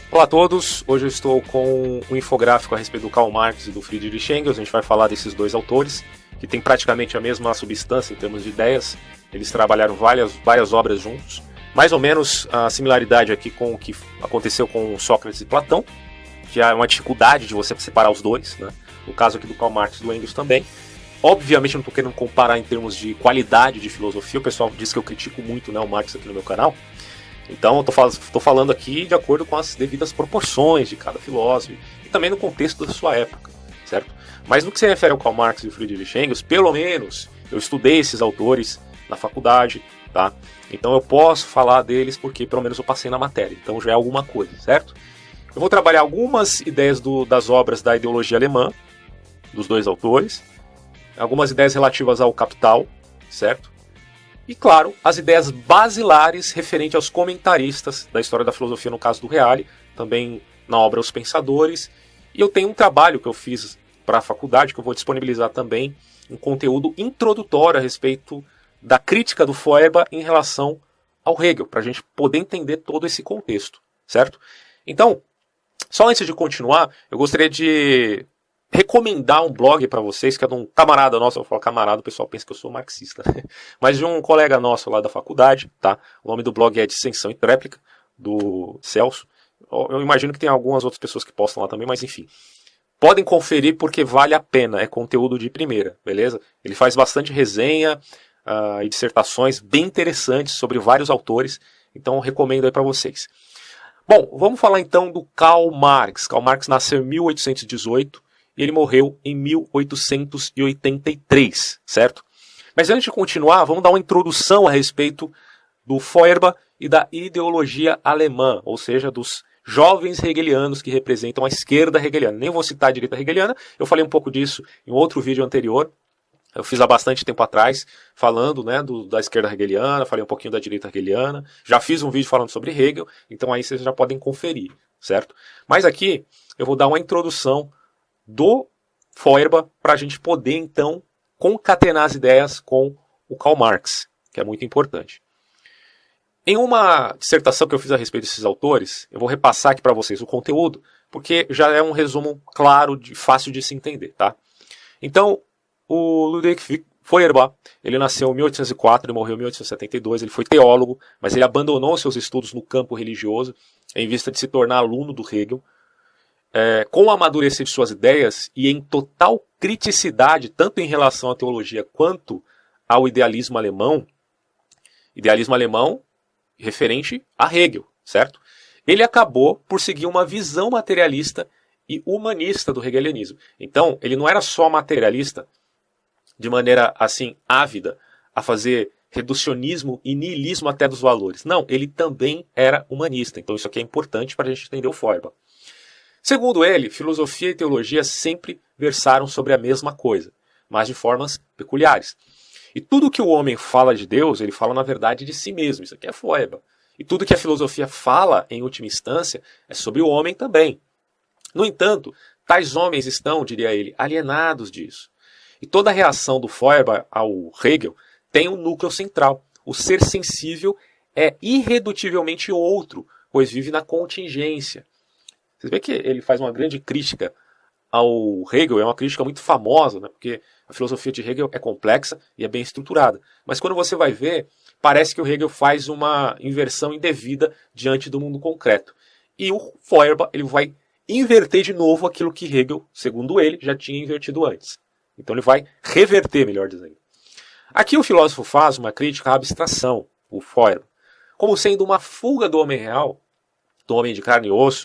Olá a todos, hoje eu estou com um infográfico a respeito do Karl Marx e do Friedrich Engels. A gente vai falar desses dois autores, que têm praticamente a mesma substância em termos de ideias. Eles trabalharam várias obras juntos. Mais ou menos a similaridade aqui com o que aconteceu com Sócrates e Platão, que há uma dificuldade de você separar os dois, né? No caso aqui do Karl Marx e do Engels também. Obviamente eu não estou querendo comparar em termos de qualidade de filosofia, o pessoal diz que eu critico muito, né, o Marx aqui no meu canal. Então eu estou falando aqui de acordo com as devidas proporções de cada filósofo e também no contexto da sua época, certo? Mas no que se refere ao Karl Marx e ao Friedrich Engels, pelo menos eu estudei esses autores na faculdade, tá? Então eu posso falar deles porque pelo menos eu passei na matéria, então já é alguma coisa, certo? Eu vou trabalhar algumas ideias das obras da ideologia alemã, dos dois autores, algumas ideias relativas ao Capital, certo? E, claro, as ideias basilares referentes aos comentaristas da história da filosofia, no caso do Reale, também na obra Os Pensadores. E eu tenho um trabalho que eu fiz para a faculdade, que eu vou disponibilizar também, um conteúdo introdutório a respeito da crítica do Feuerbach em relação ao Hegel, para a gente poder entender todo esse contexto, certo? Então, só antes de continuar, eu gostaria de recomendar um blog para vocês, que é de um camarada nosso. Eu falo camarada, o pessoal pensa que eu sou marxista, né? Mas de um colega nosso lá da faculdade, tá? O nome do blog é Dissensão e Tréplica, do Celso. Eu imagino que tem algumas outras pessoas que postam lá também, mas enfim. Podem conferir porque vale a pena, é conteúdo de primeira, beleza? Ele faz bastante resenha e dissertações bem interessantes sobre vários autores, então eu recomendo aí para vocês. Bom, vamos falar então do Karl Marx. Karl Marx nasceu em 1818, e ele morreu em 1883, certo? Mas antes de continuar, vamos dar uma introdução a respeito do Feuerbach e da ideologia alemã, ou seja, dos jovens hegelianos que representam a esquerda hegeliana. Nem vou citar a direita hegeliana, eu falei um pouco disso em outro vídeo anterior, eu fiz há bastante tempo atrás, falando, né, da esquerda hegeliana, falei um pouquinho da direita hegeliana, já fiz um vídeo falando sobre Hegel, então aí vocês já podem conferir, certo? Mas aqui eu vou dar uma introdução do Feuerbach para a gente poder, então, concatenar as ideias com o Karl Marx, que é muito importante. Em uma dissertação que eu fiz a respeito desses autores, eu vou repassar aqui para vocês o conteúdo, porque já é um resumo claro, fácil de se entender, tá? Então, o Ludwig Feuerbach, ele nasceu em 1804 e morreu em 1872, ele foi teólogo, mas ele abandonou seus estudos no campo religioso em vista de se tornar aluno do Hegel. Com o amadurecer de suas ideias e em total criticidade, tanto em relação à teologia quanto ao idealismo alemão referente a Hegel, certo? Ele acabou por seguir uma visão materialista e humanista do hegelianismo. Então, ele não era só materialista de maneira assim ávida a fazer reducionismo e niilismo até dos valores. Não, ele também era humanista. Então isso aqui é importante para a gente entender o Feuerbach. Segundo ele, filosofia e teologia sempre versaram sobre a mesma coisa, mas de formas peculiares. E tudo que o homem fala de Deus, ele fala na verdade de si mesmo. Isso aqui é Feuerbach. E tudo que a filosofia fala, em última instância, é sobre o homem também. No entanto, tais homens estão, diria ele, alienados disso. E toda a reação do Feuerbach ao Hegel tem um núcleo central. O ser sensível é irredutivelmente outro, pois vive na contingência. Vocês veem que ele faz uma grande crítica ao Hegel, é uma crítica muito famosa, né? Porque a filosofia de Hegel é complexa e é bem estruturada. Mas quando você vai ver, parece que o Hegel faz uma inversão indevida diante do mundo concreto. E o Feuerbach ele vai inverter de novo aquilo que Hegel, segundo ele, já tinha invertido antes. Então ele vai reverter, melhor dizendo. Aqui o filósofo faz uma crítica à abstração, o Feuerbach, como sendo uma fuga do homem real, do homem de carne e osso.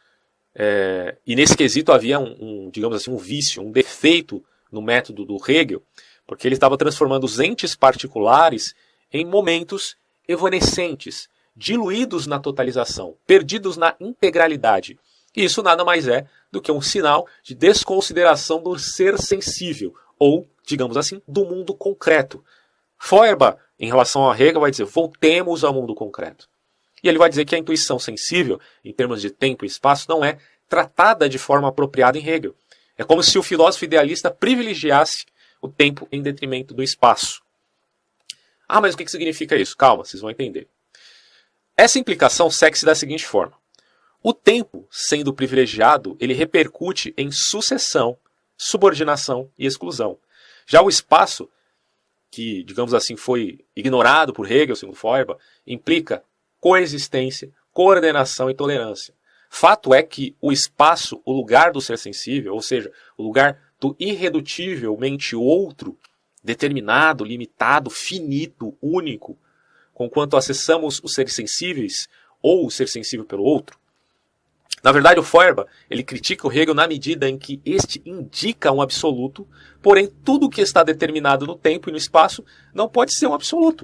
E nesse quesito havia digamos assim, um vício, um defeito no método do Hegel, porque ele estava transformando os entes particulares em momentos evanescentes, diluídos na totalização, perdidos na integralidade. E isso nada mais é do que um sinal de desconsideração do ser sensível, ou, digamos assim, do mundo concreto. Feuerbach, em relação a Hegel, vai dizer, voltemos ao mundo concreto. E ele vai dizer que a intuição sensível, em termos de tempo e espaço, não é tratada de forma apropriada em Hegel. É como se o filósofo idealista privilegiasse o tempo em detrimento do espaço. Ah, mas o que significa isso? Calma, vocês vão entender. Essa implicação segue-se da seguinte forma. O tempo, sendo privilegiado, ele repercute em sucessão, subordinação e exclusão. Já o espaço, que, digamos assim, foi ignorado por Hegel, segundo Feuerbach, implica coexistência, coordenação e tolerância. Fato é que o espaço, o lugar do ser sensível, ou seja, o lugar do irredutivelmente outro, determinado, limitado, finito, único, conquanto acessamos os seres sensíveis ou o ser sensível pelo outro. Na verdade, o Feuerbach, ele critica o Hegel na medida em que este indica um absoluto, porém tudo que está determinado no tempo e no espaço não pode ser um absoluto.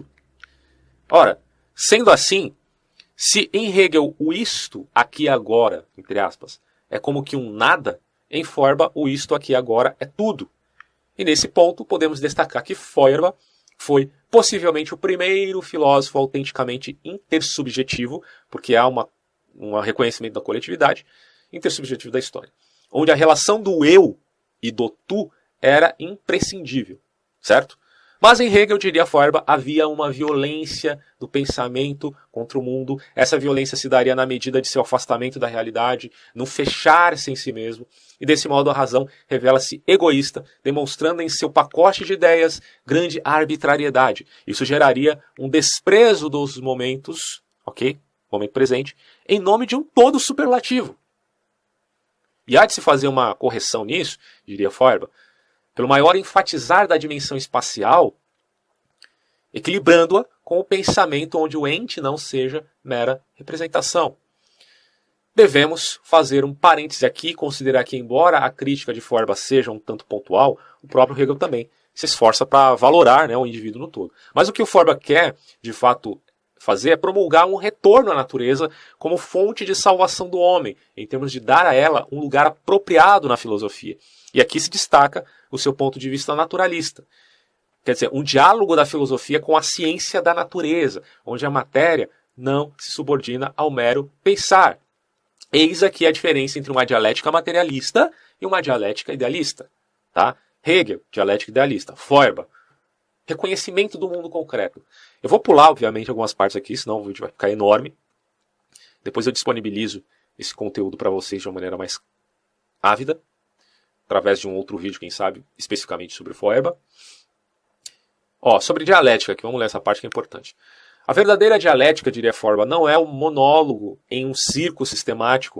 Ora, sendo assim, se em Hegel o isto aqui e agora, entre aspas, é como que um nada, em Feuerbach o isto aqui e agora é tudo. E nesse ponto podemos destacar que Feuerbach foi possivelmente o primeiro filósofo autenticamente intersubjetivo, porque há um reconhecimento da coletividade, intersubjetivo da história, onde a relação do eu e do tu era imprescindível, certo? Mas em Hegel, diria Feuerbach, havia uma violência do pensamento contra o mundo. Essa violência se daria na medida de seu afastamento da realidade, no fechar-se em si mesmo. E desse modo a razão revela-se egoísta, demonstrando em seu pacote de ideias grande arbitrariedade. Isso geraria um desprezo dos momentos, ok? Momento presente, em nome de um todo superlativo. E há de se fazer uma correção nisso, diria Feuerbach, pelo maior enfatizar da dimensão espacial, equilibrando-a com o pensamento onde o ente não seja mera representação. Devemos fazer um parêntese aqui e considerar que, embora a crítica de Feuerbach seja um tanto pontual, o próprio Hegel também se esforça para valorar, né, o indivíduo no todo. Mas o que o Feuerbach quer, de fato, fazer é promulgar um retorno à natureza como fonte de salvação do homem, em termos de dar a ela um lugar apropriado na filosofia. E aqui se destaca o seu ponto de vista naturalista. Quer dizer, um diálogo da filosofia com a ciência da natureza, onde a matéria não se subordina ao mero pensar. Eis aqui a diferença entre uma dialética materialista e uma dialética idealista. Tá? Hegel, dialética idealista. Feuerbach, reconhecimento do mundo concreto. Eu vou pular, obviamente, algumas partes aqui, senão o vídeo vai ficar enorme. Depois eu disponibilizo esse conteúdo para vocês de uma maneira mais ávida, através de um outro vídeo, quem sabe, especificamente sobre Feuerbach. Sobre dialética, aqui vamos ler essa parte que é importante. A verdadeira dialética, diria Feuerbach, não é um monólogo em um círculo sistemático,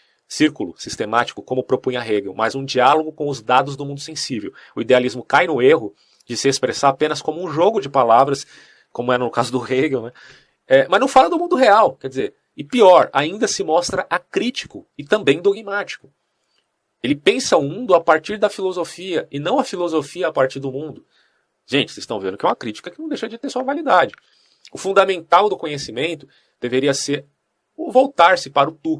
como propunha Hegel, mas um diálogo com os dados do mundo sensível. O idealismo cai no erro de se expressar apenas como um jogo de palavras, como é no caso do Hegel, né? Mas não fala do mundo real, quer dizer, e pior, ainda se mostra acrítico e também dogmático. Ele pensa o mundo a partir da filosofia e não a filosofia a partir do mundo. Gente, vocês estão vendo que é uma crítica que não deixa de ter sua validade. O fundamental do conhecimento deveria ser o voltar-se para o tu,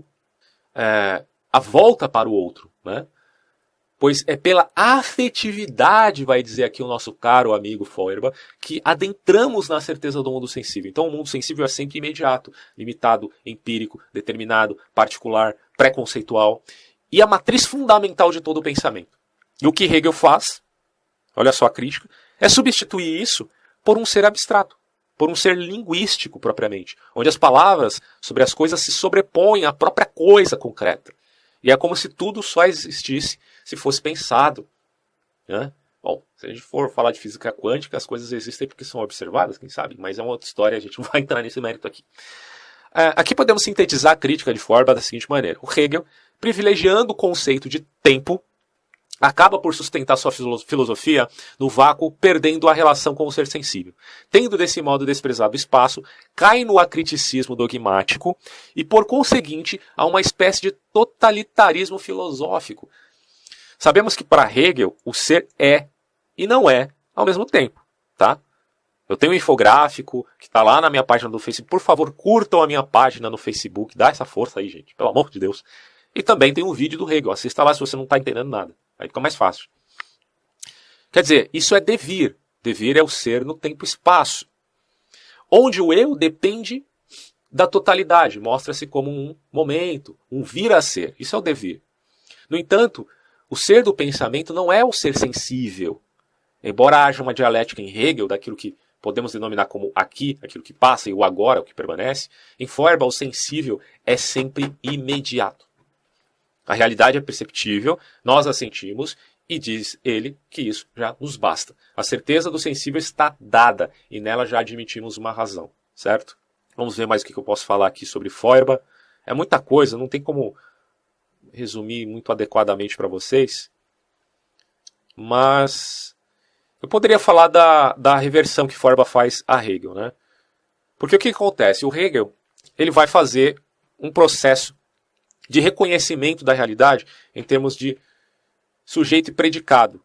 a volta para o outro, né? Pois é pela afetividade, vai dizer aqui o nosso caro amigo Feuerbach, que adentramos na certeza do mundo sensível. Então o mundo sensível é sempre imediato, limitado, empírico, determinado, particular, preconceitual. E a matriz fundamental de todo o pensamento. E o que Hegel faz, olha só a crítica, é substituir isso por um ser abstrato, por um ser linguístico propriamente, onde as palavras sobre as coisas se sobrepõem à própria coisa concreta. E é como se tudo só existisse se fosse pensado. Né? Bom, se a gente for falar de física quântica, as coisas existem porque são observadas, quem sabe? Mas é uma outra história, a gente não vai entrar nesse mérito aqui. Aqui podemos sintetizar a crítica de Feuerbach da seguinte maneira. O Hegel, privilegiando o conceito de tempo, acaba por sustentar sua filosofia no vácuo, perdendo a relação com o ser sensível. Tendo desse modo desprezado o espaço, cai no acriticismo dogmático e, por conseguinte, a uma espécie de totalitarismo filosófico. Sabemos que para Hegel o ser é e não é ao mesmo tempo. Tá? Eu tenho um infográfico que está lá na minha página do Facebook. Por favor, curtam a minha página no Facebook. Dá essa força aí, gente. Pelo amor de Deus. E também tem um vídeo do Hegel. Assista lá se você não está entendendo nada. Aí fica mais fácil. Quer dizer, isso é devir. Devir é o ser no tempo e espaço. Onde o eu depende da totalidade. Mostra-se como um momento, um vir a ser. Isso é o devir. No entanto, o ser do pensamento não é o ser sensível. Embora haja uma dialética em Hegel daquilo que podemos denominar como aqui, aquilo que passa, e o agora, o que permanece. Em Feuerbach, o sensível é sempre imediato. A realidade é perceptível, nós a sentimos, e diz ele que isso já nos basta. A certeza do sensível está dada, e nela já admitimos uma razão, certo? Vamos ver mais o que eu posso falar aqui sobre Feuerbach. É muita coisa, não tem como resumir muito adequadamente para vocês, mas eu poderia falar da reversão que Feuerbach faz a Hegel, né? Porque o que acontece? O Hegel ele vai fazer um processo de reconhecimento da realidade em termos de sujeito e predicado.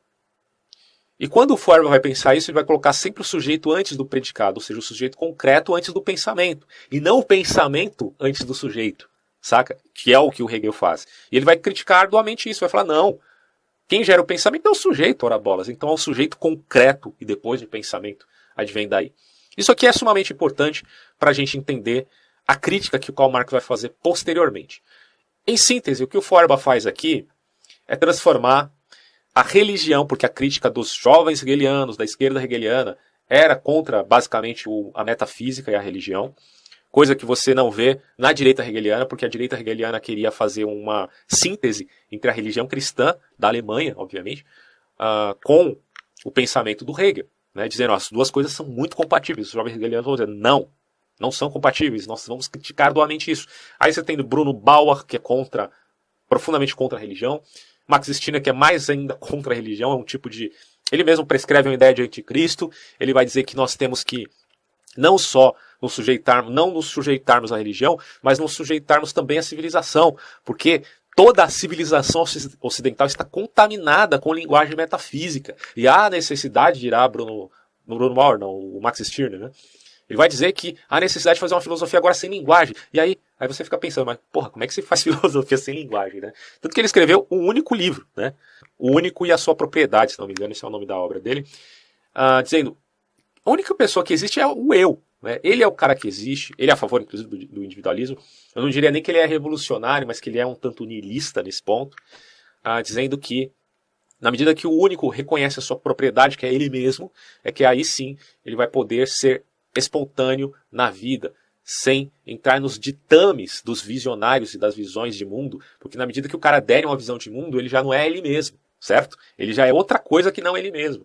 E quando o Feuerbach vai pensar isso, ele vai colocar sempre o sujeito antes do predicado, ou seja, o sujeito concreto antes do pensamento, e não o pensamento antes do sujeito, saca? Que é o que o Hegel faz. E ele vai criticar arduamente isso, vai falar, não, quem gera o pensamento é o sujeito, ora bolas, então é o sujeito concreto e depois de pensamento advém daí. Isso aqui é sumamente importante para a gente entender a crítica que o Karl Marx vai fazer posteriormente. Em síntese, o que o Feuerbach faz aqui é transformar a religião, porque a crítica dos jovens hegelianos, da esquerda hegeliana, era contra, basicamente, a metafísica e a religião, coisa que você não vê na direita hegeliana, porque a direita hegeliana queria fazer uma síntese entre a religião cristã, da Alemanha, obviamente, com o pensamento do Hegel, né, dizendo, as duas coisas são muito compatíveis. Os jovens hegelianos vão dizer, não são compatíveis, nós vamos criticar arduamente isso. Aí você tem o Bruno Bauer, que é profundamente contra a religião, Max Stirner, que é mais ainda contra a religião, é um tipo de... Ele mesmo prescreve uma ideia de anticristo, ele vai dizer que nós temos que não só nos sujeitarmos à religião, mas nos sujeitarmos também à civilização, porque toda a civilização ocidental está contaminada com linguagem metafísica, e há necessidade, dirá Bruno Bauer, não, o Max Stirner, né? Ele vai dizer que há necessidade de fazer uma filosofia agora sem linguagem. E aí você fica pensando, mas porra, como é que se faz filosofia sem linguagem, né? Tanto que ele escreveu um único livro, né? O Único e a Sua Propriedade, se não me engano, esse é o nome da obra dele. Dizendo, a única pessoa que existe é o eu. Né? Ele é o cara que existe, ele é a favor, inclusive, do individualismo. Eu não diria nem que ele é revolucionário, mas que ele é um tanto niilista nesse ponto. Dizendo que, na medida que o único reconhece a sua propriedade, que é ele mesmo, é que aí sim ele vai poder ser espontâneo na vida, sem entrar nos ditames dos visionários e das visões de mundo, porque na medida que o cara der uma visão de mundo, ele já não é ele mesmo, certo? Ele já é outra coisa que não ele mesmo.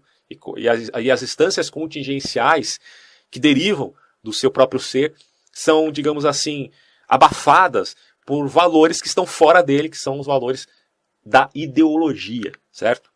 E as instâncias contingenciais que derivam do seu próprio ser são, digamos assim, abafadas por valores que estão fora dele, que são os valores da ideologia, certo?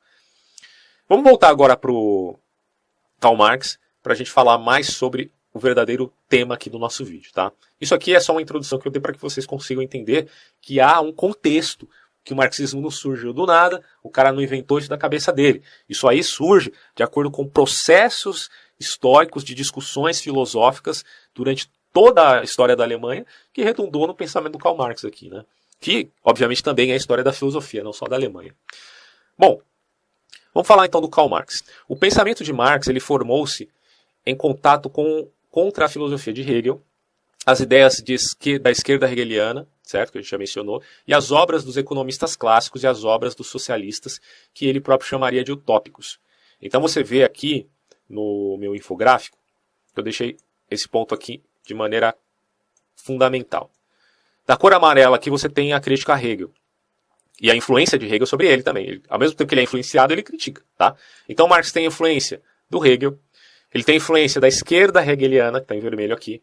Vamos voltar agora para o Karl Marx, para a gente falar mais sobre o verdadeiro tema aqui do nosso vídeo, tá? Isso aqui é só uma introdução que eu dei para que vocês consigam entender que há um contexto, que o marxismo não surgiu do nada, o cara não inventou isso da cabeça dele. Isso aí surge de acordo com processos históricos de discussões filosóficas durante toda a história da Alemanha, que redundou no pensamento do Karl Marx aqui, né? Que, obviamente, também é a história da filosofia, não só da Alemanha. Bom, vamos falar então do Karl Marx. O pensamento de Marx ele formou-se em contato contra a filosofia de Hegel, as ideias da esquerda hegeliana, certo, que a gente já mencionou, e as obras dos economistas clássicos e as obras dos socialistas, que ele próprio chamaria de utópicos. Então você vê aqui no meu infográfico, eu deixei esse ponto aqui de maneira fundamental. Da cor amarela aqui você tem a crítica a Hegel. E a influência de Hegel sobre ele também. Ao mesmo tempo que ele é influenciado, ele critica. Tá? Então Marx tem influência do Hegel, ele tem influência da esquerda hegeliana, que está em vermelho aqui.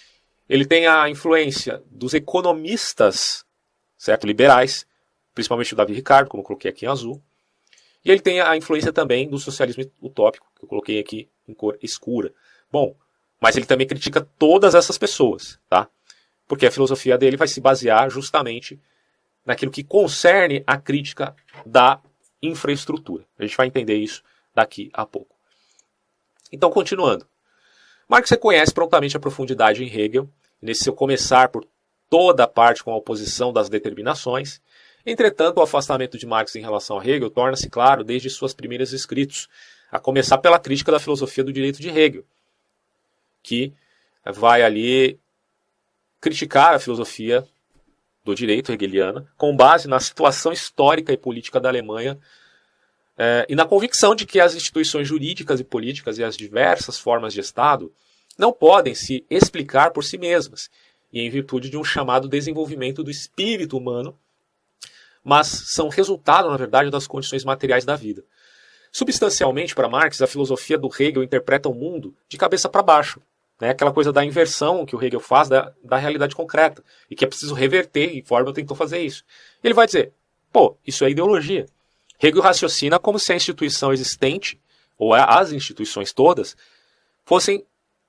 Ele tem a influência dos economistas, certo, liberais, principalmente o Davi Ricardo, como eu coloquei aqui em azul. E ele tem a influência também do socialismo utópico, que eu coloquei aqui em cor escura. Bom, mas ele também critica todas essas pessoas, tá? Porque a filosofia dele vai se basear justamente naquilo que concerne a crítica da infraestrutura. A gente vai entender isso daqui a pouco. Então, continuando. Marx reconhece prontamente a profundidade em Hegel, nesse seu começar por toda a parte com a oposição das determinações. Entretanto, o afastamento de Marx em relação a Hegel torna-se claro desde suas primeiros escritos, a começar pela crítica da filosofia do direito de Hegel, que vai ali criticar a filosofia do direito hegeliana com base na situação histórica e política da Alemanha e na convicção de que as instituições jurídicas e políticas e as diversas formas de Estado não podem se explicar por si mesmas, e em virtude de um chamado desenvolvimento do espírito humano, mas são resultado, na verdade, das condições materiais da vida. Substancialmente, para Marx, a filosofia do Hegel interpreta o mundo de cabeça para baixo, né? Aquela coisa da inversão que o Hegel faz da realidade concreta, e que é preciso reverter, e Feuerbach tentou fazer isso. Ele vai dizer, isso é ideologia. Hegel raciocina como se a instituição existente, ou as instituições todas, fossem,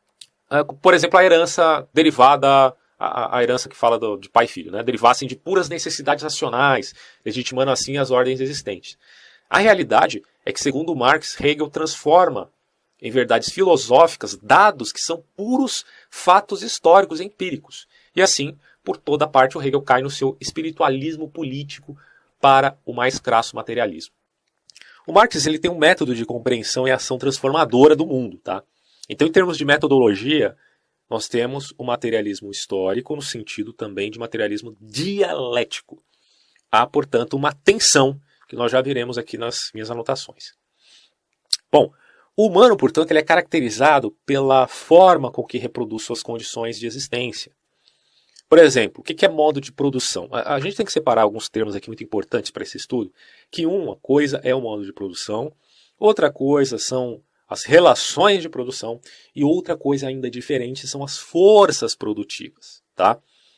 por exemplo, a herança derivada, a herança que fala de pai e filho, né? Derivassem de puras necessidades racionais, legitimando assim as ordens existentes. A realidade é que, segundo Marx, Hegel transforma em verdades filosóficas dados que são puros fatos históricos empíricos. E assim, por toda parte, o Hegel cai no seu espiritualismo político para o mais crasso materialismo. O Marx ele tem um método de compreensão e ação transformadora do mundo. Tá? Então, em termos de metodologia, nós temos o materialismo histórico no sentido também de materialismo dialético. Há, portanto, uma tensão que nós já veremos aqui nas minhas anotações. Bom, o humano, portanto, ele é caracterizado pela forma com que reproduz suas condições de existência. Por exemplo, o que é modo de produção? A gente tem que separar alguns termos aqui muito importantes para esse estudo, que uma coisa é o modo de produção, outra coisa são as relações de produção e outra coisa ainda diferente são as forças produtivas. Tá?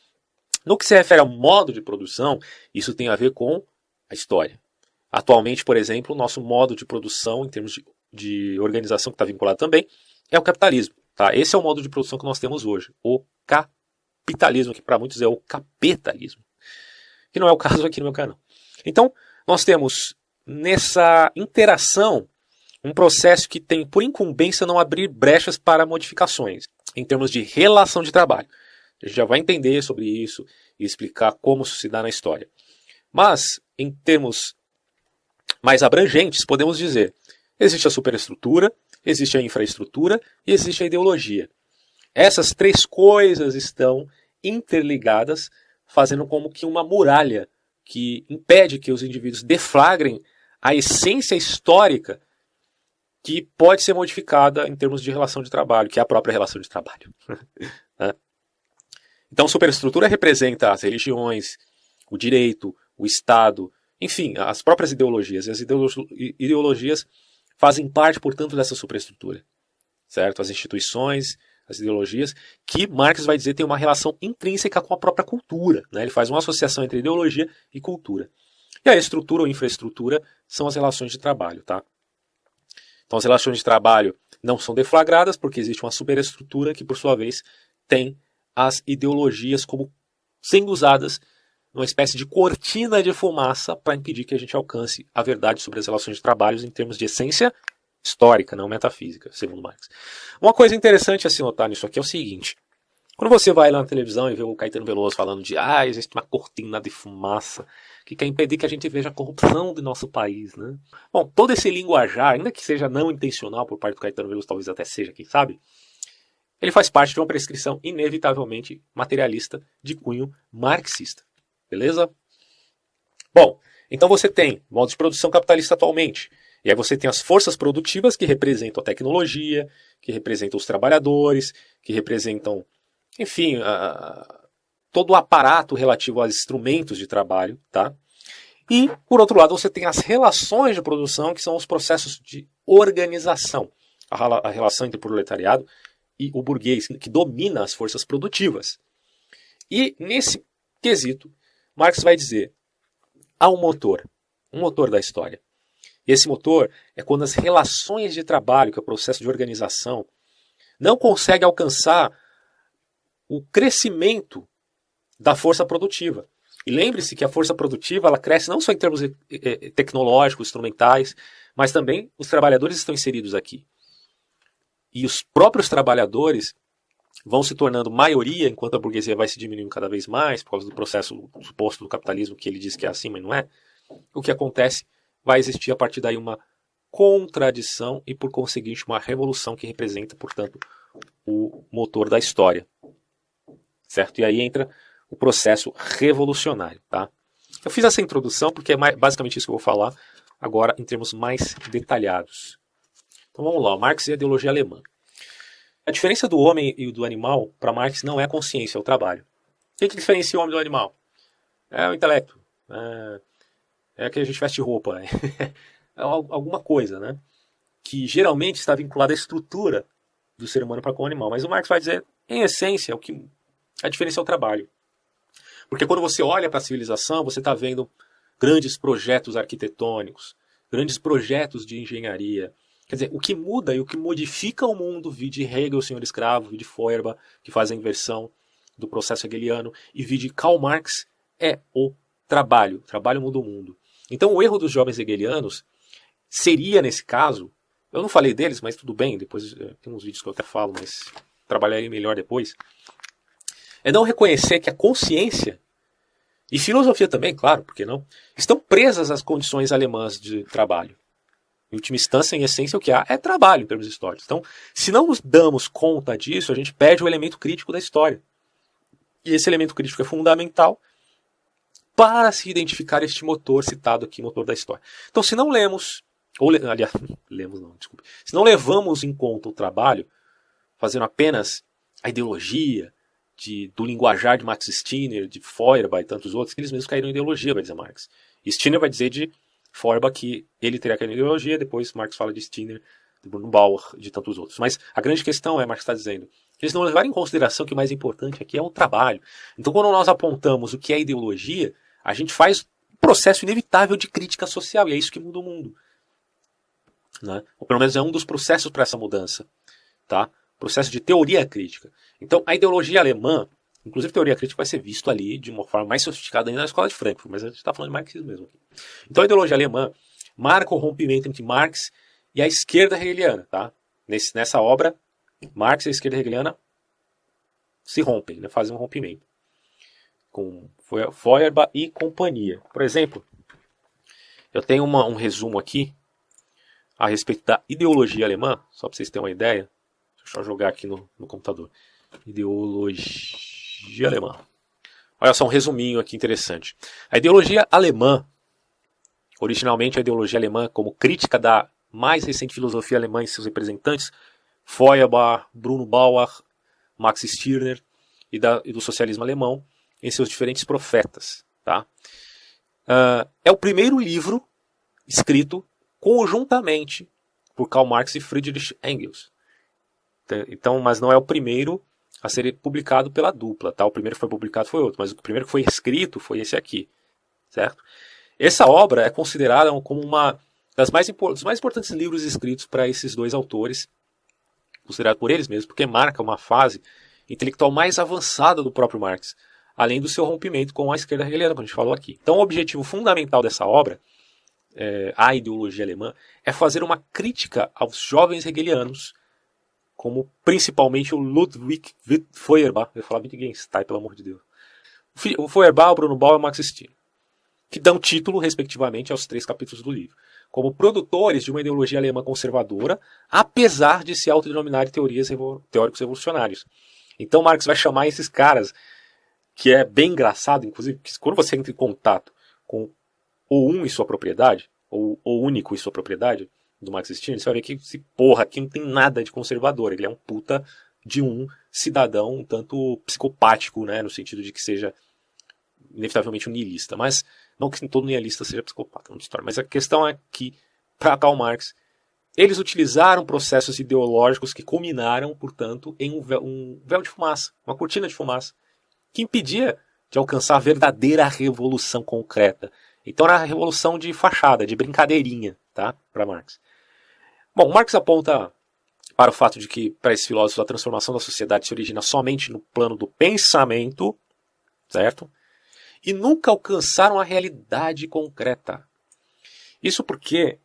No que se refere ao modo de produção, isso tem a ver com a história. Atualmente, por exemplo, o nosso modo de produção, em termos de organização que está vinculado também, é o capitalismo. Tá? Esse é o modo de produção que nós temos hoje, o capitalismo, que para muitos é o capitalismo, que não é o caso aqui no meu canal. Então, nós temos nessa interação um processo que tem por incumbência não abrir brechas para modificações, em termos de relação de trabalho. A gente já vai entender sobre isso e explicar como isso se dá na história. Mas, em termos mais abrangentes, podemos dizer, existe a superestrutura, existe a infraestrutura e existe a ideologia. Essas três coisas estão interligadas, fazendo como que uma muralha que impede que os indivíduos deflagrem a essência histórica que pode ser modificada em termos de relação de trabalho, que é a própria relação de trabalho. Então, superestrutura representa as religiões, o direito, o Estado, enfim, as próprias ideologias. E as ideologias fazem parte, portanto, dessa superestrutura. Certo? As instituições, as ideologias, que Marx vai dizer tem uma relação intrínseca com a própria cultura. Né? Ele faz uma associação entre ideologia e cultura. E a estrutura ou infraestrutura são as relações de trabalho. Tá? Então, as relações de trabalho não são deflagradas porque existe uma superestrutura que, por sua vez, tem as ideologias como sendo usadas numa espécie de cortina de fumaça para impedir que a gente alcance a verdade sobre as relações de trabalho em termos de essência histórica, não metafísica, segundo Marx. Uma coisa interessante a se notar nisso aqui é o seguinte. Quando você vai lá na televisão e vê o Caetano Veloso falando de existe uma cortina de fumaça que quer impedir que a gente veja a corrupção do nosso país, né? Bom, todo esse linguajar, ainda que seja não intencional por parte do Caetano Veloso, talvez até seja, quem sabe, ele faz parte de uma prescrição inevitavelmente materialista de cunho marxista. Beleza? Bom, então você tem modo de produção capitalista atualmente. E aí você tem as forças produtivas que representam a tecnologia, que representam os trabalhadores, que representam, enfim, todo o aparato relativo aos instrumentos de trabalho. Tá? E, por outro lado, você tem as relações de produção, que são os processos de organização. A relação entre o proletariado e o burguês, que domina as forças produtivas. E, nesse quesito, Marx vai dizer, há um motor da história. E esse motor é quando as relações de trabalho, que é o processo de organização, não conseguem alcançar o crescimento da força produtiva. E lembre-se que a força produtiva ela cresce não só em termos tecnológicos, instrumentais, mas também os trabalhadores estão inseridos aqui. E os próprios trabalhadores vão se tornando maioria, enquanto a burguesia vai se diminuindo cada vez mais, por causa do processo suposto do capitalismo, que ele diz que é assim, mas não é. O que acontece? Vai existir a partir daí uma contradição e, por conseguinte, uma revolução que representa, portanto, o motor da história. Certo? E aí entra o processo revolucionário. Tá? Eu fiz essa introdução porque é basicamente isso que eu vou falar. agora em termos mais detalhados. Então vamos lá, Marx e a ideologia alemã. A diferença do homem e do animal, para Marx, não é a consciência, é o trabalho. O que diferencia o homem do animal? É o intelecto. É que a gente veste roupa. Né? É alguma coisa, né? Que geralmente está vinculada à estrutura do ser humano para com o animal. Mas o Marx vai dizer, em essência, a diferença é o trabalho. Porque quando você olha para a civilização, você está vendo grandes projetos arquitetônicos, grandes projetos de engenharia. Quer dizer, o que muda e o que modifica o mundo, vide Hegel, o Senhor Escravo, vide Feuerbach, que faz a inversão do processo hegeliano, e vide Karl Marx, é o trabalho. O trabalho muda o mundo. Então o erro dos jovens hegelianos seria, nesse caso, eu não falei deles, mas tudo bem, depois tem uns vídeos que eu até falo, mas trabalharei melhor depois, é não reconhecer que a consciência, e filosofia também, claro, por que não, estão presas às condições alemãs de trabalho. Em última instância, em essência, o que há é trabalho em termos históricos. Então, se não nos damos conta disso, a gente perde o elemento crítico da história. E esse elemento crítico é fundamental para se identificar este motor citado aqui, motor da história. Então, se não lemos, aliás, lemos não, desculpe. Se não levamos em conta o trabalho, fazendo apenas a ideologia do linguajar de Max Stirner, de Feuerbach e tantos outros, que eles mesmos caíram em ideologia, vai dizer Marx. E Stirner vai dizer de Feuerbach que ele teria caído em ideologia, depois Marx fala de Stirner, de Bruno Bauer, de tantos outros. Mas a grande questão é, Marx está dizendo, que eles não levaram em consideração que o mais importante aqui é o trabalho. Então, quando nós apontamos o que é ideologia, a gente faz um processo inevitável de crítica social, e é isso que muda o mundo. Né? Ou pelo menos é um dos processos para essa mudança. Tá? Processo de teoria crítica. Então, a ideologia alemã, inclusive teoria crítica, vai ser visto ali de uma forma mais sofisticada ainda na escola de Frankfurt, mas a gente está falando de marxismo mesmo aqui. Então, a ideologia alemã marca o rompimento entre Marx e a esquerda hegeliana. Tá? Nessa obra, Marx e a esquerda hegeliana se rompem, né? Fazem um rompimento. Com Feuerbach e companhia. Por exemplo, eu tenho um resumo aqui a respeito da ideologia alemã, só para vocês terem uma ideia. Deixa eu jogar aqui no computador. Ideologia alemã. Olha só um resuminho aqui interessante. A ideologia alemã, originalmente a ideologia alemã como crítica da mais recente filosofia alemã e seus representantes, Feuerbach, Bruno Bauer, Max Stirner e do socialismo alemão, em seus diferentes profetas. Tá? É o primeiro livro escrito conjuntamente por Karl Marx e Friedrich Engels. Então, mas não é o primeiro a ser publicado pela dupla. Tá? O primeiro que foi publicado foi outro, mas o primeiro que foi escrito foi esse aqui. Certo? Essa obra é considerada como uma dos mais importantes livros escritos para esses dois autores, considerado por eles mesmos, porque marca uma fase intelectual mais avançada do próprio Marx, além do seu rompimento com a esquerda hegeliana, como a gente falou aqui. Então, o objetivo fundamental dessa obra, a ideologia alemã, é fazer uma crítica aos jovens hegelianos, como principalmente o Ludwig Feuerbach, eu ia falar Wittgenstein, pelo amor de Deus, o Feuerbach, o Bruno Bauer e o Max Stirner, que dão título, respectivamente, aos 3 capítulos do livro, como produtores de uma ideologia alemã conservadora, apesar de se autodenominarem teóricos revolucionários. Então Marx vai chamar esses caras, que é bem engraçado, inclusive, que quando você entra em contato com o um e sua propriedade, ou o único e sua propriedade, do Max Stirner, você vai ver que esse porra aqui não tem nada de conservador, ele é um puta de um cidadão um tanto psicopático, né, no sentido de que seja inevitavelmente um niilista, mas não que todo niilista seja psicopata, mas a questão é que, para Karl Marx, eles utilizaram processos ideológicos que culminaram, portanto, em um véu de fumaça, uma cortina de fumaça, que impedia de alcançar a verdadeira revolução concreta. Então era a revolução de fachada, de brincadeirinha, tá, para Marx. Bom, Marx aponta para o fato de que, para esses filósofos, a transformação da sociedade se origina somente no plano do pensamento, certo? E nunca alcançaram a realidade concreta. Isso porque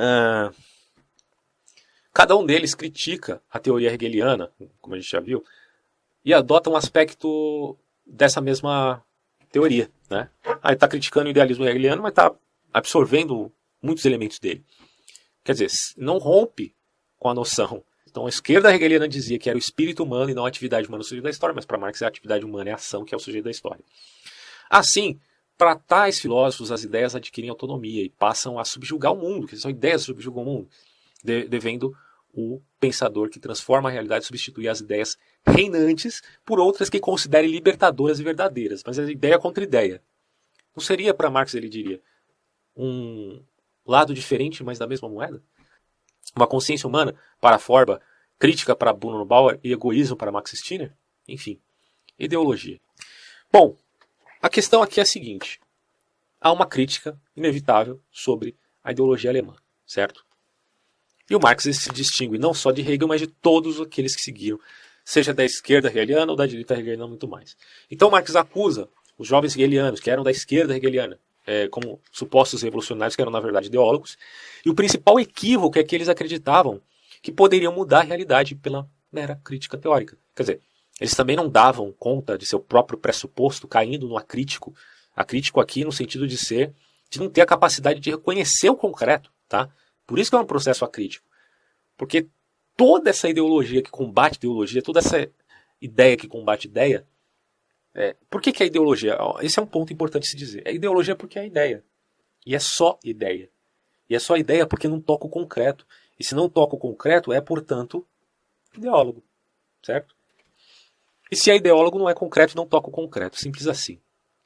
cada um deles critica a teoria hegeliana, como a gente já viu, e adota um aspecto dessa mesma teoria. Né? Ele está criticando o idealismo hegeliano, mas está absorvendo muitos elementos dele. Quer dizer, não rompe com a noção. Então a esquerda hegeliana dizia que era o espírito humano e não a atividade humana o sujeito da história, mas para Marx é a atividade humana, é a ação que é o sujeito da história. Assim, para tais filósofos, as ideias adquirem autonomia e passam a subjugar o mundo, que são ideias que subjugam o mundo, devendo o pensador que transforma a realidade substituir as ideias reinantes por outras que considere libertadoras e verdadeiras. Mas a ideia contra ideia. Não seria, para Marx, ele diria, um lado diferente, mas da mesma moeda? Uma consciência humana para Feuerbach, crítica para Bruno Bauer e egoísmo para Max Stirner? Enfim, ideologia. Bom, a questão aqui é a seguinte. Há uma crítica inevitável sobre a ideologia alemã, certo? E o Marx se distingue não só de Hegel, mas de todos aqueles que seguiram, seja da esquerda hegeliana ou da direita hegeliana, muito mais. Então Marx acusa os jovens hegelianos, que eram da esquerda hegeliana, como supostos revolucionários, que eram na verdade ideólogos, e o principal equívoco é que eles acreditavam que poderiam mudar a realidade pela mera crítica teórica. Quer dizer, eles também não davam conta de seu próprio pressuposto, caindo no acrítico. Acrítico aqui no sentido de não ter a capacidade de reconhecer o concreto, tá? Por isso que é um processo acrítico. Porque toda essa ideologia que combate ideologia, toda essa ideia que combate ideia, por que é ideologia? Esse é um ponto importante de se dizer. É ideologia porque é ideia. E é só ideia. E é só ideia porque não toca o concreto. E se não toca o concreto, é, portanto, ideólogo. Certo? E se é ideólogo, não é concreto, não toca o concreto. Simples assim.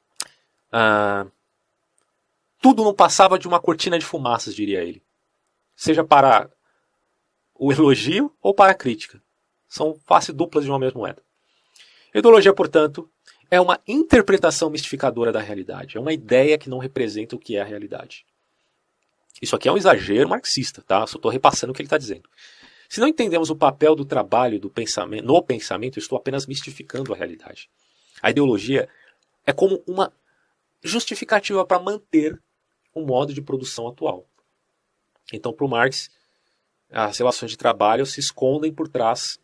Tudo não passava de uma cortina de fumaças, diria ele. Seja para o elogio ou para a crítica. São faces duplas de uma mesma moeda. Ideologia, portanto, é uma interpretação mistificadora da realidade. É uma ideia que não representa o que é a realidade. Isso aqui é um exagero marxista, tá? Só estou repassando o que ele está dizendo. Se não entendemos o papel do trabalho do pensamento, no pensamento, eu estou apenas mistificando a realidade. A ideologia é como uma justificativa para manter o modo de produção atual. Então, para o Marx, as relações de trabalho se escondem por trás,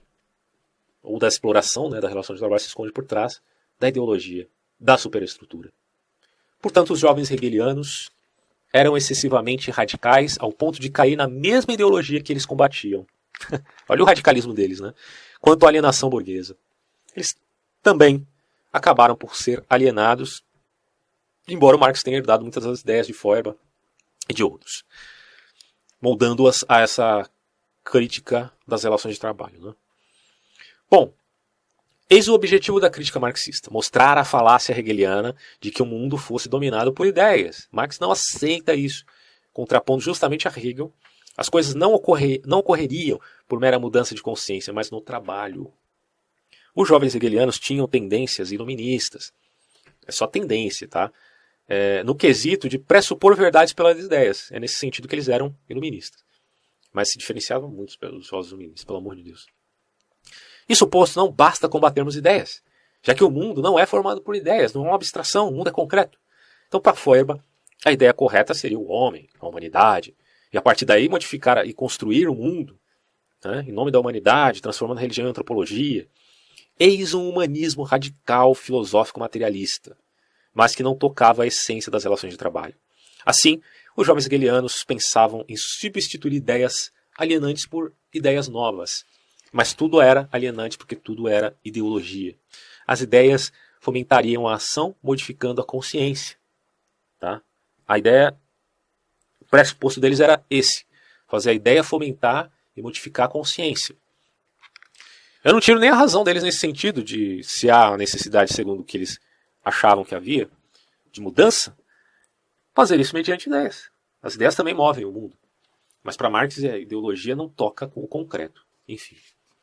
ou da exploração, né, da relação de trabalho se esconde por trás da ideologia, da superestrutura. Portanto, os jovens hegelianos eram excessivamente radicais ao ponto de cair na mesma ideologia que eles combatiam. Olha o radicalismo deles, né? Quanto à alienação burguesa. Eles também acabaram por ser alienados, embora o Marx tenha herdado muitas das ideias de Feuerbach e de outros, moldando-as a essa crítica das relações de trabalho. Né? Bom, eis o objetivo da crítica marxista, mostrar a falácia hegeliana de que o mundo fosse dominado por ideias. Marx não aceita isso, contrapondo justamente a Hegel. As coisas não ocorreriam por mera mudança de consciência, mas no trabalho. Os jovens hegelianos tinham tendências iluministas. É só tendência, tá? No quesito de pressupor verdades pelas ideias. É nesse sentido que eles eram iluministas. Mas se diferenciavam muito pelos jovens iluministas, pelo amor de Deus. Isso posto, não basta combatermos ideias, já que o mundo não é formado por ideias, não é uma abstração, o mundo é concreto. Então, para Feuerbach, a ideia correta seria o homem, a humanidade, e a partir daí modificar e construir o mundo, né, em nome da humanidade, transformando a religião em antropologia. Eis um humanismo radical, filosófico, materialista, mas que não tocava a essência das relações de trabalho. Assim, os jovens hegelianos pensavam em substituir ideias alienantes por ideias novas. Mas tudo era alienante porque tudo era ideologia. As ideias fomentariam a ação modificando a consciência. Tá? A ideia, o pressuposto deles era esse. Fazer a ideia fomentar e modificar a consciência. Eu não tiro nem a razão deles nesse sentido de se há necessidade, segundo o que eles achavam que havia, de mudança, fazer isso mediante ideias. As ideias também movem o mundo. Mas para Marx a ideologia não toca com o concreto. Enfim.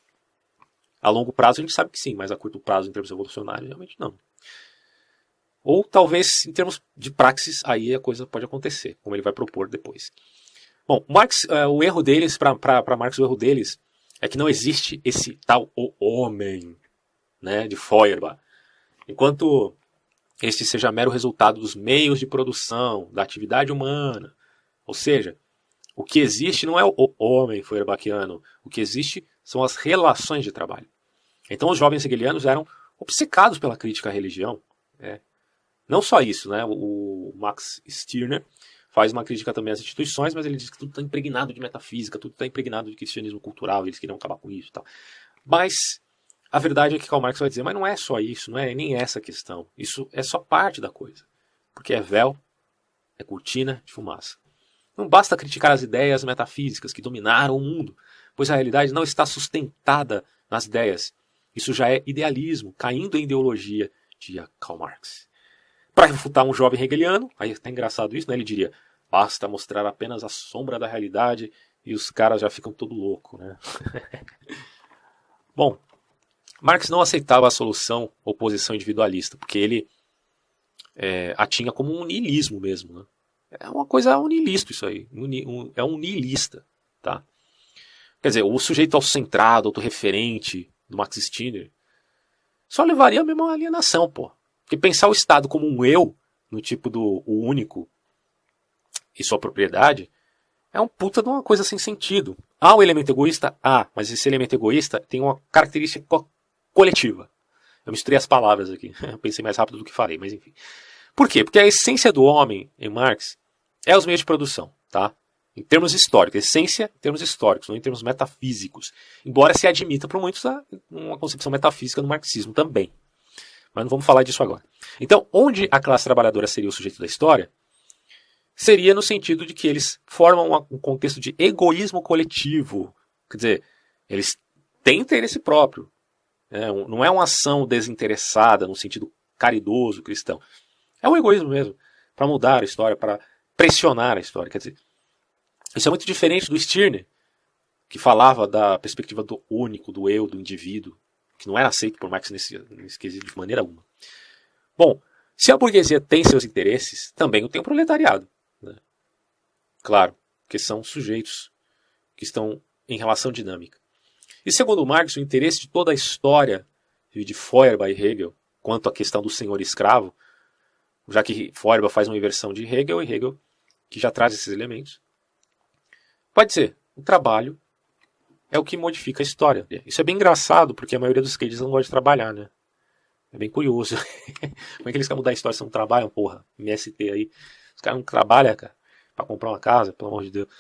A longo prazo a gente sabe que sim, mas a curto prazo em termos evolucionários realmente não. Ou talvez em termos de praxis aí a coisa pode acontecer, como ele vai propor depois. Bom, Marx, o erro deles, para Marx o erro deles é que não existe esse tal o homem, né, de Feuerbach. Enquanto este seja mero resultado dos meios de produção, da atividade humana. Ou seja, o que existe não é o homem feuerbachiano, o que existe são as relações de trabalho. Então os jovens hegelianos eram obcecados pela crítica à religião. Não só isso, né? O Max Stirner faz uma crítica também às instituições, mas ele diz que tudo está impregnado de metafísica, tudo está impregnado de cristianismo cultural, eles queriam acabar com isso e tal. Mas a verdade é que Karl Marx vai dizer, mas não é só isso, não é nem essa questão. Isso é só parte da coisa. porque é véu, é cortina de fumaça. Não basta criticar as ideias metafísicas que dominaram o mundo, pois a realidade não está sustentada nas ideias. Isso já é idealismo, caindo em ideologia, dizia Karl Marx. Para refutar um jovem hegeliano, aí é engraçado isso, né? Ele diria, basta mostrar apenas a sombra da realidade e os caras já ficam todo louco, né? Bom, Marx não aceitava a solução oposição individualista, porque ele a tinha como um niilismo mesmo, né? É uma coisa unilista isso aí, é um niilista, tá? Quer dizer, o sujeito autocentrado, autorreferente do Max Stirner só levaria a mesma alienação, pô. Porque pensar o Estado como um eu, no tipo do o único e sua propriedade, é um puta de uma coisa sem sentido. Há um elemento egoísta? Há, mas esse elemento egoísta tem uma característica coletiva. Eu misturei as palavras aqui, eu pensei mais rápido do que falei, mas enfim. Por quê? Porque a essência do homem, em Marx, é os meios de produção, tá? Em termos históricos, essência em termos históricos, não em termos metafísicos. Embora se admita por muitos uma concepção metafísica do marxismo também. Mas não vamos falar disso agora. Então, onde a classe trabalhadora seria o sujeito da história, seria no sentido de que eles formam um contexto de egoísmo coletivo. Quer dizer, eles têm interesse próprio. Não é uma ação desinteressada no sentido caridoso cristão. É um egoísmo mesmo, para mudar a história, para pressionar a história. Quer dizer, isso é muito diferente do Stirner, que falava da perspectiva do único, do eu, do indivíduo, que não era aceito por Marx nesse quesito de maneira alguma. Bom, se a burguesia tem seus interesses, também tem o proletariado. Né? Claro, que são sujeitos que estão em relação dinâmica. E segundo Marx, o interesse de toda a história de Feuerbach e Hegel quanto à questão do senhor escravo, já que Feuerbach faz uma inversão de Hegel e Hegel que já traz esses elementos, pode ser, o trabalho é o que modifica a história. Isso é bem engraçado, porque a maioria dos esquerdistas não gosta de trabalhar, né? É bem curioso. Como é que eles querem mudar a história se não trabalham, porra? MST aí. Os caras não trabalham, cara, pra comprar uma casa, pelo amor de Deus.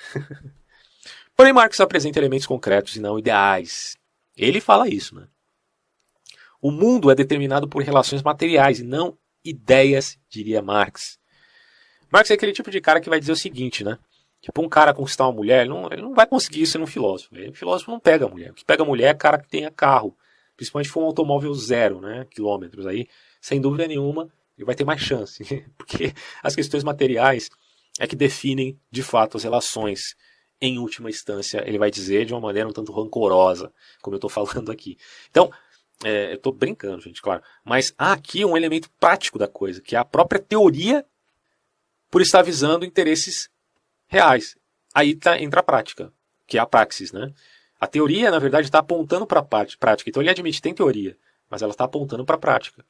Porém, Marx apresenta elementos concretos e não ideais. Ele fala isso, né? O mundo é determinado por relações materiais e não ideias, diria Marx. Marx é aquele tipo de cara que vai dizer o seguinte, né? Tipo, um cara conquistar uma mulher, ele não vai conseguir isso sendo um filósofo. O filósofo não pega a mulher. O que pega a mulher é cara que tenha carro. Principalmente se for um automóvel zero, né? Quilômetros aí. Sem dúvida nenhuma, ele vai ter mais chance. Porque as questões materiais é que definem, de fato, as relações. Em última instância, ele vai dizer de uma maneira um tanto rancorosa, como eu estou falando aqui. Então, eu estou brincando, gente, claro. Mas há aqui um elemento prático da coisa, que é a própria teoria por estar visando interesses reais. Aí entra a prática, que é a praxis, né? A teoria, na verdade, está apontando para a prática. Então ele admite, tem teoria, mas ela está apontando para a prática.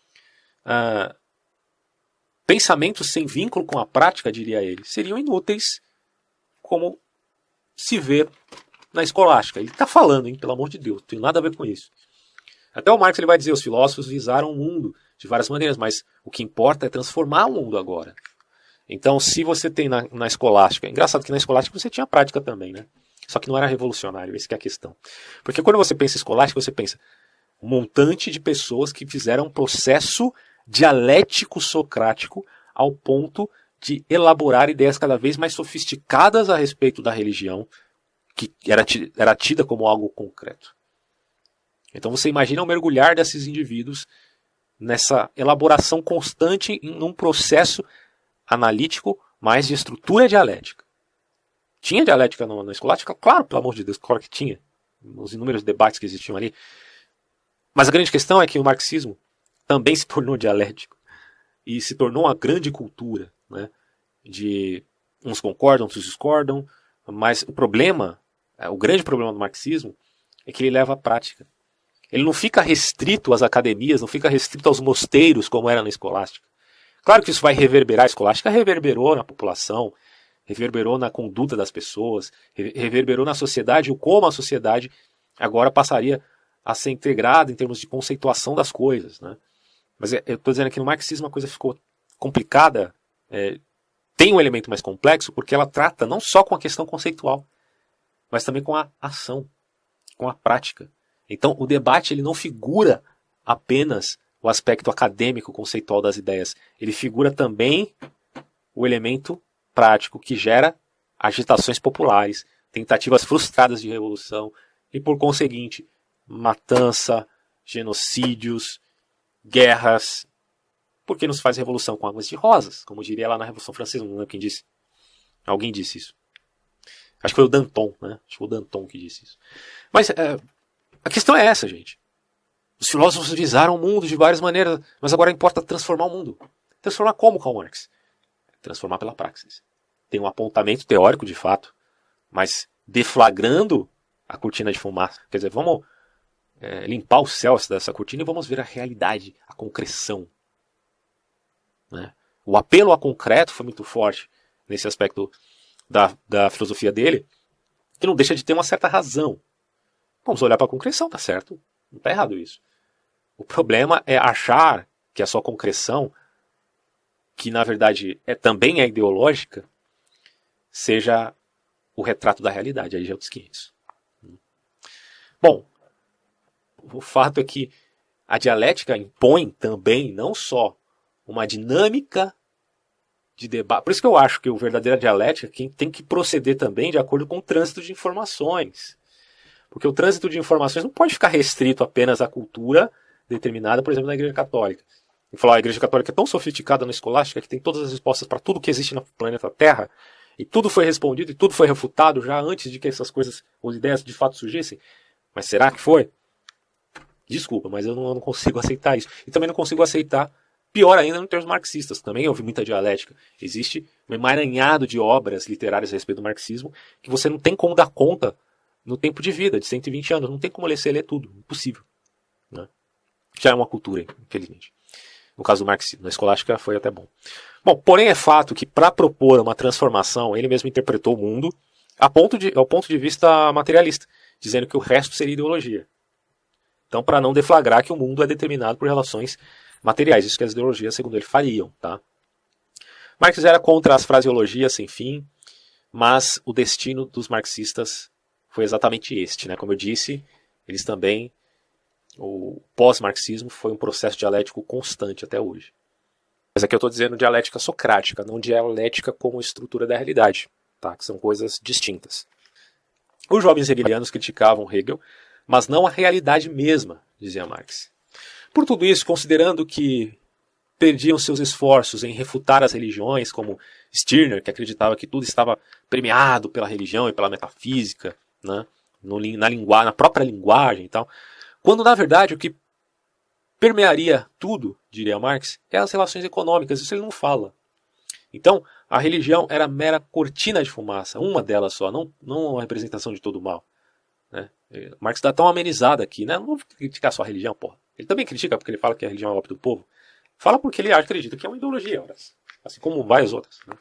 Pensamentos sem vínculo com a prática, diria ele, seriam inúteis, como se vê na escolástica. Ele está falando, hein, pelo amor de Deus, não tem nada a ver com isso. Até o Marx ele vai dizer, os filósofos visaram o mundo de várias maneiras, mas o que importa é transformar o mundo agora. Então, se você tem na escolástica, é engraçado que na escolástica você tinha prática também, né? Só que não era revolucionário, essa que é a questão. Porque quando você pensa em escolástica, você pensa um montante de pessoas que fizeram um processo dialético socrático ao ponto de elaborar ideias cada vez mais sofisticadas a respeito da religião, que era tida como algo concreto. Então você imagina o mergulhar desses indivíduos nessa elaboração constante num processo analítico, mais de estrutura dialética. Tinha dialética na escolástica? Claro, pelo amor de Deus, claro que tinha. Os inúmeros debates que existiam ali. Mas a grande questão é que o marxismo também se tornou dialético. E se tornou uma grande cultura, né? De uns concordam, outros discordam, mas o grande problema do marxismo é que ele leva à prática. Ele não fica restrito às academias, não fica restrito aos mosteiros como era na escolástica. Claro que isso vai reverberar, a escolástica reverberou na população, reverberou na conduta das pessoas, reverberou na sociedade, o como a sociedade agora passaria a ser integrada em termos de conceituação das coisas, né? Mas eu estou dizendo que no marxismo a coisa ficou complicada, tem um elemento mais complexo, porque ela trata não só com a questão conceitual, mas também com a ação, com a prática. Então o debate ele não figura apenas o aspecto acadêmico conceitual das ideias, ele figura também o elemento prático que gera agitações populares, tentativas frustradas de revolução e, por conseguinte, matança, genocídios, guerras. Porque não se faz revolução com águas de rosas, como diria lá na Revolução Francesa, não lembro quem disse. Alguém disse isso. Acho que foi o Danton, né? Acho que foi o Danton que disse isso. Mas a questão é essa, gente. Os filósofos visaram o mundo de várias maneiras, mas agora importa transformar o mundo. Transformar como, Karl Marx? Transformar pela praxis. Tem um apontamento teórico, de fato, mas deflagrando a cortina de fumaça. Quer dizer, vamos limpar o céu dessa cortina e vamos ver a realidade, a concreção. Né? O apelo ao concreto foi muito forte nesse aspecto da filosofia dele, que não deixa de ter uma certa razão. Vamos olhar para a concreção, tá certo? Não está errado isso. O problema é achar que a sua concreção, que na verdade também é ideológica, seja o retrato da realidade. Aí já é outros 500. Bom, o fato é que a dialética impõe também não só uma dinâmica de debate. Por isso que eu acho que o verdadeiro dialética tem que proceder também de acordo com o trânsito de informações. Porque o trânsito de informações não pode ficar restrito apenas à cultura determinada, por exemplo, na Igreja Católica. E falar, a Igreja Católica é tão sofisticada na escolástica que tem todas as respostas para tudo que existe no planeta Terra, e tudo foi respondido e tudo foi refutado já antes de que essas coisas, as ideias de fato surgissem. Mas será que foi? Desculpa, mas eu não consigo aceitar isso. E também não consigo aceitar, pior ainda, no termos marxistas. Também houve muita dialética. Existe um emaranhado de obras literárias a respeito do marxismo que você não tem como dar conta no tempo de vida, de 120 anos. Não tem como ler tudo. Impossível. Né? Já é uma cultura, infelizmente. No caso do marxismo. Na escolástica foi até bom. Bom, porém é fato que para propor uma transformação, ele mesmo interpretou o mundo ao ponto de vista materialista, dizendo que o resto seria ideologia. Então, para não deflagrar que o mundo é determinado por relações materiais, isso que as ideologias, segundo ele, fariam. Tá? Marx era contra as fraseologias sem fim, mas o destino dos marxistas foi exatamente este. Né? Como eu disse, eles também, o pós-marxismo foi um processo dialético constante até hoje. Mas aqui eu estou dizendo dialética socrática, não dialética como estrutura da realidade, tá? Que são coisas distintas. Os jovens hegelianos criticavam Hegel, mas não a realidade mesma, dizia Marx. Por tudo isso, considerando que perdiam seus esforços em refutar as religiões, como Stirner, que acreditava que tudo estava premiado pela religião e pela metafísica, né? Na própria linguagem e tal, quando na verdade o que permearia tudo, diria Marx, é as relações econômicas, isso ele não fala. Então, a religião era mera cortina de fumaça, uma delas só, não uma representação de todo o mal. Né? Marx dá tão amenizada aqui, né? Não vou criticar só a religião, porra. Ele também critica porque ele fala que a religião é o ópio do povo. Fala porque ele acredita que é uma ideologia, assim como várias outras. Né?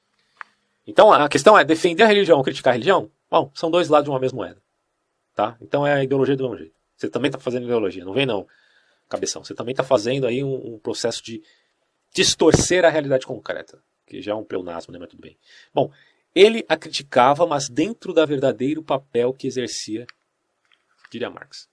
Então, a questão é defender a religião ou criticar a religião? Bom, são dois lados de uma mesma moeda. Tá? Então é a ideologia do mesmo jeito. Você também está fazendo ideologia, não vem não, cabeção. Você também está fazendo aí um processo de distorcer a realidade concreta, que já é um pleonasmo, né? Mas tudo bem. Bom, ele a criticava, mas dentro do verdadeiro papel que exercia, diria Marx.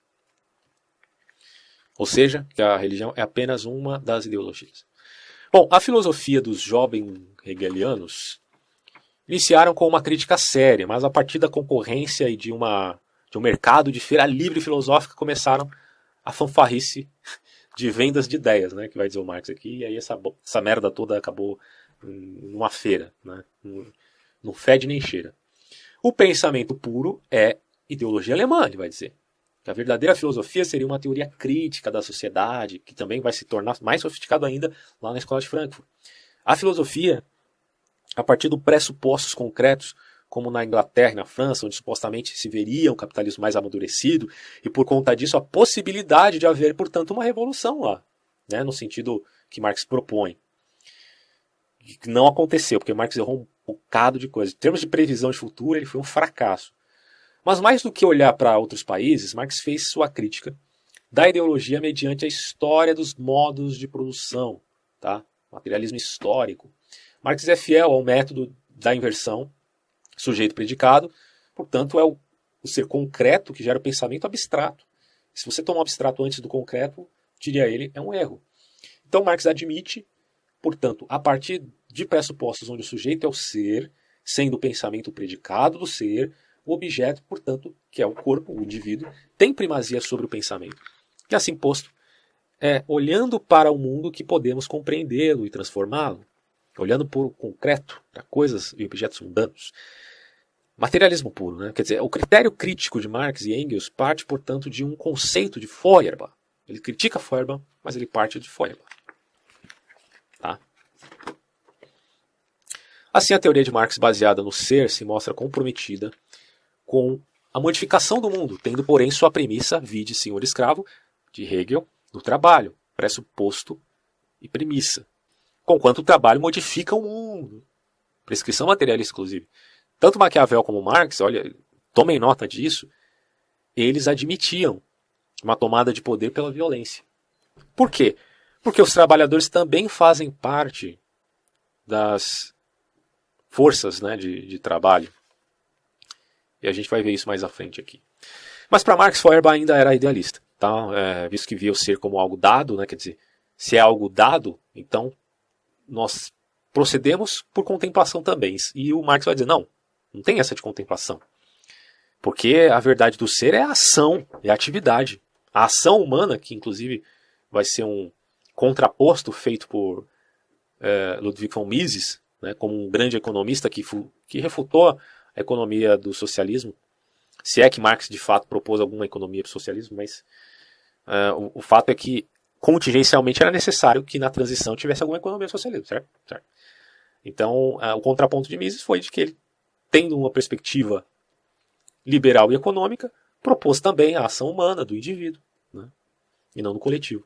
Ou seja, que a religião é apenas uma das ideologias. Bom, a filosofia dos jovens hegelianos iniciaram com uma crítica séria, mas a partir da concorrência e de um mercado de feira livre filosófica começaram a fanfarrice de vendas de ideias, né, que vai dizer o Marx aqui, e aí essa merda toda acabou numa feira, né, não fede nem cheira. O pensamento puro é ideologia alemã, ele vai dizer. A verdadeira filosofia seria uma teoria crítica da sociedade, que também vai se tornar mais sofisticado ainda lá na Escola de Frankfurt. A filosofia, a partir de pressupostos concretos, como na Inglaterra e na França, onde supostamente se veria um capitalismo mais amadurecido, e por conta disso a possibilidade de haver, portanto, uma revolução lá, né, no sentido que Marx propõe. Que não aconteceu, porque Marx errou um bocado de coisa. Em termos de previsão de futuro, ele foi um fracasso. Mas mais do que olhar para outros países, Marx fez sua crítica da ideologia mediante a história dos modos de produção, tá? Materialismo histórico. Marx é fiel ao método da inversão, sujeito-predicado, portanto é o ser concreto que gera o pensamento abstrato. Se você toma o abstrato antes do concreto, diria ele, é um erro. Então Marx admite, portanto, a partir de pressupostos onde o sujeito é o ser, sendo o pensamento o predicado do ser, o objeto, portanto, que é o corpo, o indivíduo, tem primazia sobre o pensamento. E assim posto, olhando para o mundo que podemos compreendê-lo e transformá-lo, olhando para o concreto, para coisas e objetos mundanos. Materialismo puro, né? Quer dizer, o critério crítico de Marx e Engels parte, portanto, de um conceito de Feuerbach. Ele critica Feuerbach, mas ele parte de Feuerbach. Tá? Assim, a teoria de Marx baseada no ser se mostra comprometida com a modificação do mundo, tendo, porém, sua premissa, vide senhor escravo, de Hegel, do trabalho, pressuposto e premissa. Conquanto o trabalho modifica o mundo. Prescrição materialista, inclusive. Tanto Maquiavel como Marx, olha, tomem nota disso, eles admitiam uma tomada de poder pela violência. Por quê? Porque os trabalhadores também fazem parte das forças, né, de trabalho. E a gente vai ver isso mais à frente aqui. Mas para Marx, Feuerbach ainda era idealista. Tá? Visto que via o ser como algo dado, né, quer dizer, se é algo dado, então nós procedemos por contemplação também. E o Marx vai dizer, não tem essa de contemplação. Porque a verdade do ser é a ação, é a atividade. A ação humana, que inclusive vai ser um contraposto feito por Ludwig von Mises, né, como um grande economista que refutou a economia do socialismo, se é que Marx de fato propôs alguma economia para o socialismo, mas o fato é que contingencialmente era necessário que na transição tivesse alguma economia do socialismo, certo? Então o contraponto de Mises foi de que ele, tendo uma perspectiva liberal e econômica, propôs também a ação humana do indivíduo, né, e não do coletivo.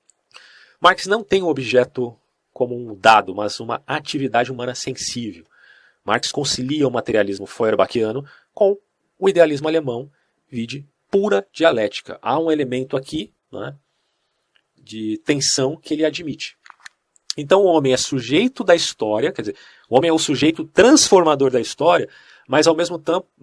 Marx não tem o objeto como um dado, mas uma atividade humana sensível. Marx concilia o materialismo feuerbachiano com o idealismo alemão, vide pura dialética. Há um elemento aqui, né, de tensão que ele admite. Então o homem é sujeito da história, quer dizer, o homem é o sujeito transformador da história, mas ao mesmo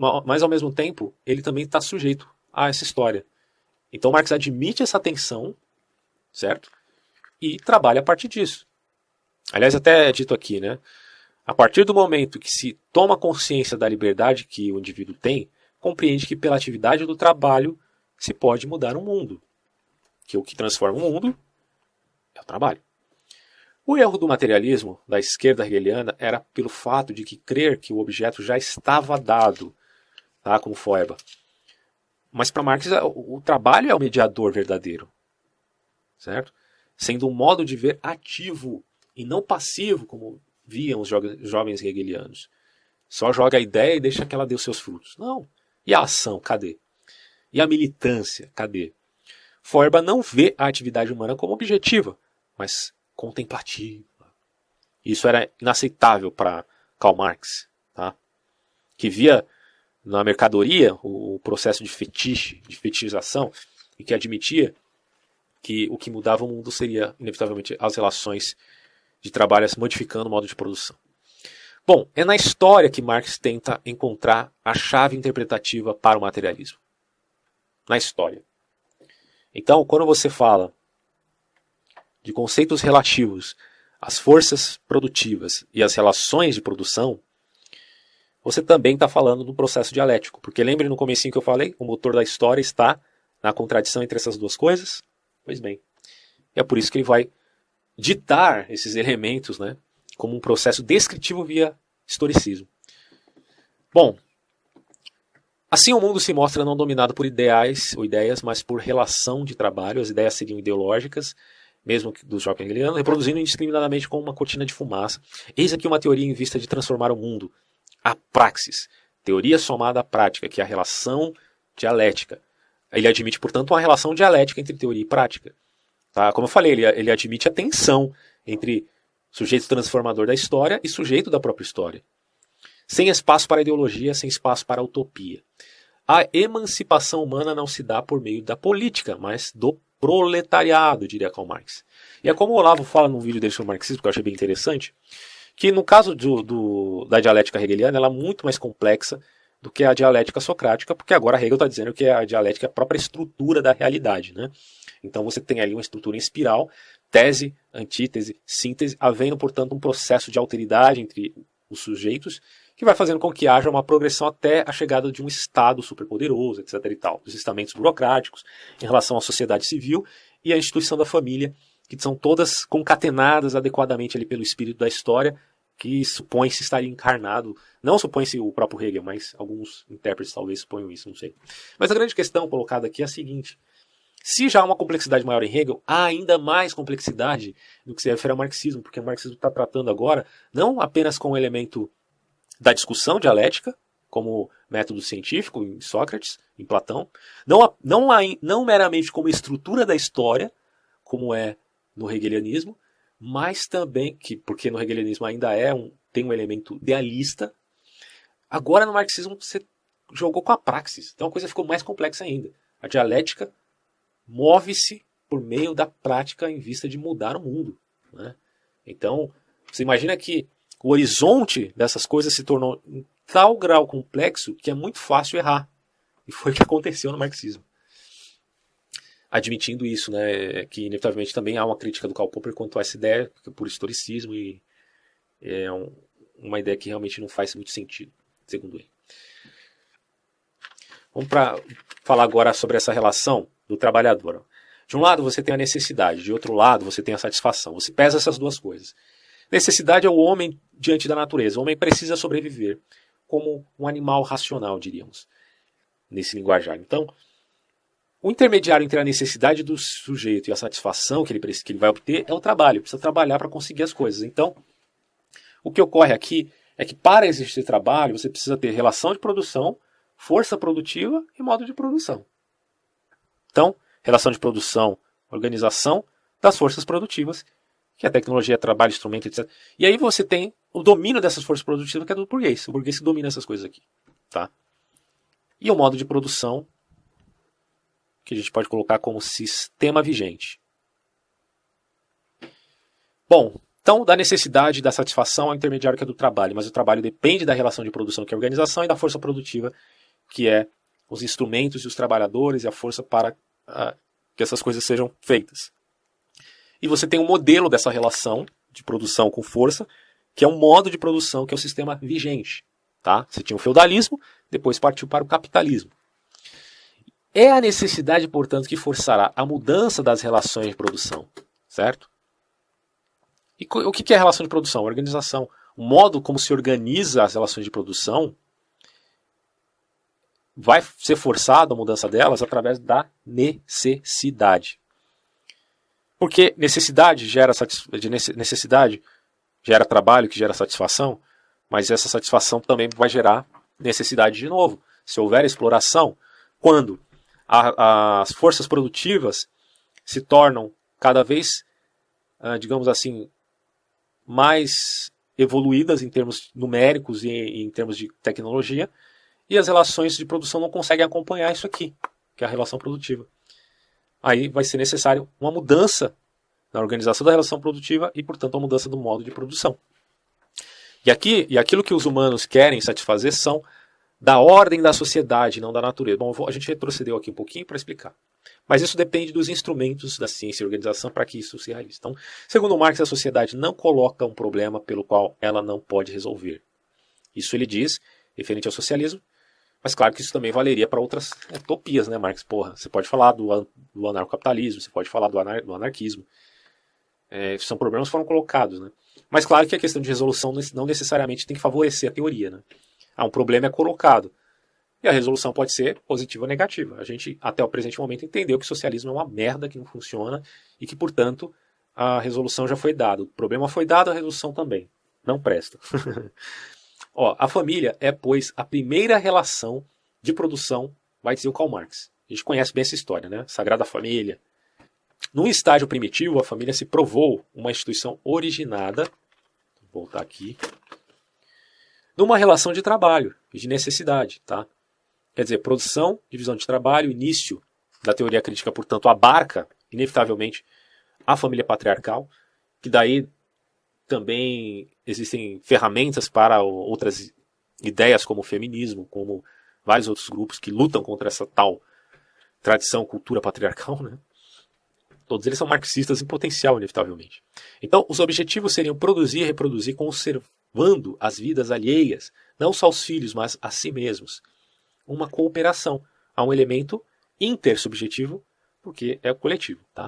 tempo ele também está sujeito a essa história. Então Marx admite essa tensão, certo? E trabalha a partir disso. Aliás, até é dito aqui, né? A partir do momento que se toma consciência da liberdade que o indivíduo tem, compreende que pela atividade do trabalho se pode mudar o mundo. Que o que transforma o mundo é o trabalho. O erro do materialismo da esquerda hegeliana era pelo fato de que crer que o objeto já estava dado, tá, como Feuerbach. Mas para Marx o trabalho é o mediador verdadeiro, certo? Sendo um modo de ver ativo e não passivo, como viam os jovens hegelianos. Só joga a ideia e deixa que ela dê os seus frutos. Não. E a ação, cadê? E a militância, cadê? Feuerbach não vê a atividade humana como objetiva, mas contemplativa. Isso era inaceitável para Karl Marx, tá? Que via na mercadoria o processo de fetiche, de fetichização, e que admitia que o que mudava o mundo seria, inevitavelmente, as relações de trabalho se modificando o modo de produção. Bom, é na história que Marx tenta encontrar a chave interpretativa para o materialismo. Na história. Então, quando você fala de conceitos relativos às forças produtivas e às relações de produção, você também está falando do processo dialético. Porque lembre no comecinho que eu falei, o motor da história está na contradição entre essas duas coisas? Pois bem, é por isso que ele vai ditar esses elementos, né, como um processo descritivo via historicismo. Bom, assim o mundo se mostra não dominado por ideais ou ideias, mas por relação de trabalho. As ideias seriam ideológicas, mesmo dos jovens hegelianos, reproduzindo indiscriminadamente com uma cortina de fumaça. Eis aqui uma teoria em vista de transformar o mundo. A praxis, teoria somada à prática, que é a relação dialética. Ele admite, portanto, uma relação dialética entre teoria e prática. Tá? Como eu falei, ele admite a tensão entre sujeito transformador da história e sujeito da própria história. Sem espaço para ideologia, sem espaço para utopia. A emancipação humana não se dá por meio da política, mas do proletariado, diria Karl Marx. E é como o Olavo fala num vídeo dele sobre o marxismo, que eu achei bem interessante, que no caso da dialética hegeliana ela é muito mais complexa, do que a dialética socrática, porque agora Hegel está dizendo que a dialética é a própria estrutura da realidade, né? Então você tem ali uma estrutura em espiral, tese, antítese, síntese, havendo, portanto, um processo de alteridade entre os sujeitos, que vai fazendo com que haja uma progressão até a chegada de um Estado superpoderoso, etc. e tal. Os estamentos burocráticos em relação à sociedade civil e à instituição da família, que são todas concatenadas adequadamente ali pelo espírito da história, que supõe-se estar encarnado, não supõe-se o próprio Hegel, mas alguns intérpretes talvez suponham isso, não sei. Mas a grande questão colocada aqui é a seguinte: se já há uma complexidade maior em Hegel, há ainda mais complexidade no que se refere ao marxismo, porque o marxismo está tratando agora não apenas com o elemento da discussão dialética, como método científico em Sócrates, em Platão, não meramente como estrutura da história, como é no hegelianismo, mas também, porque no hegelianismo ainda tem um elemento idealista, agora no marxismo você jogou com a praxis, então a coisa ficou mais complexa ainda. A dialética move-se por meio da prática em vista de mudar o mundo, né? Então, você imagina que o horizonte dessas coisas se tornou em tal grau complexo que é muito fácil errar. E foi o que aconteceu no marxismo. Admitindo isso, né, que inevitavelmente também há uma crítica do Karl Popper quanto a essa ideia, por historicismo, e é uma ideia que realmente não faz muito sentido, segundo ele. Vamos falar agora sobre essa relação do trabalhador. De um lado você tem a necessidade, de outro lado você tem a satisfação. Você pesa essas duas coisas. Necessidade é o homem diante da natureza. O homem precisa sobreviver como um animal racional, diríamos, nesse linguajar. Então, o intermediário entre a necessidade do sujeito e a satisfação que ele vai obter é o trabalho. Ele precisa trabalhar para conseguir as coisas. Então, o que ocorre aqui é que para existir trabalho, você precisa ter relação de produção, força produtiva e modo de produção. Então, relação de produção, organização das forças produtivas, que a tecnologia, trabalho, instrumento, etc. E aí você tem o domínio dessas forças produtivas, que é do burguês. O burguês que domina essas coisas aqui. Tá? E o modo de produção, que a gente pode colocar como sistema vigente. Bom, então da necessidade, da satisfação ao intermediário, que é do trabalho. Mas o trabalho depende da relação de produção, que é a organização, e da força produtiva, que é os instrumentos e os trabalhadores e a força para que essas coisas sejam feitas. E você tem um modelo dessa relação de produção com força, que é um modo de produção, que é o sistema vigente. Tá? Você tinha o feudalismo, depois partiu para o capitalismo. É a necessidade, portanto, que forçará a mudança das relações de produção. Certo? E o que é a relação de produção? A organização. O modo como se organiza as relações de produção vai ser forçado a mudança delas através da necessidade. Porque necessidade gera trabalho, que gera satisfação, mas essa satisfação também vai gerar necessidade de novo. Se houver exploração, quando as forças produtivas se tornam cada vez, digamos assim, mais evoluídas em termos numéricos e em termos de tecnologia, e as relações de produção não conseguem acompanhar isso aqui, que é a relação produtiva. Aí vai ser necessário uma mudança na organização da relação produtiva e, portanto, uma mudança do modo de produção. E aquilo que os humanos querem satisfazer são da ordem da sociedade, não da natureza. Bom, a gente retrocedeu aqui um pouquinho para explicar. Mas isso depende dos instrumentos da ciência e organização para que isso se realize. Então, segundo Marx, a sociedade não coloca um problema pelo qual ela não pode resolver. Isso ele diz, referente ao socialismo, mas claro que isso também valeria para outras utopias, né, Marx? Porra, você pode falar do anarcocapitalismo, você pode falar do anarquismo. São problemas que foram colocados, né? Mas claro que a questão de resolução não necessariamente tem que favorecer a teoria, né? Um problema é colocado. E a resolução pode ser positiva ou negativa. A gente, até o presente momento, entendeu que o socialismo é uma merda, que não funciona, e que, portanto, a resolução já foi dada. O problema foi dado, a resolução também. Não presta. A família é, pois, a primeira relação de produção, vai dizer o Karl Marx. A gente conhece bem essa história, né? Sagrada Família. Num estágio primitivo, a família se provou uma instituição originada, vou voltar aqui, numa relação de trabalho e de necessidade. Tá? Quer dizer, produção, divisão de trabalho, início da teoria crítica, portanto, abarca, inevitavelmente, a família patriarcal, que daí também existem ferramentas para outras ideias como o feminismo, como vários outros grupos que lutam contra essa tal tradição, cultura patriarcal, né? Todos eles são marxistas em potencial, inevitavelmente. Então, os objetivos seriam produzir e reproduzir conservando as vidas alheias, não só os filhos, mas a si mesmos. Uma cooperação. Há um elemento intersubjetivo, porque é o coletivo, tá?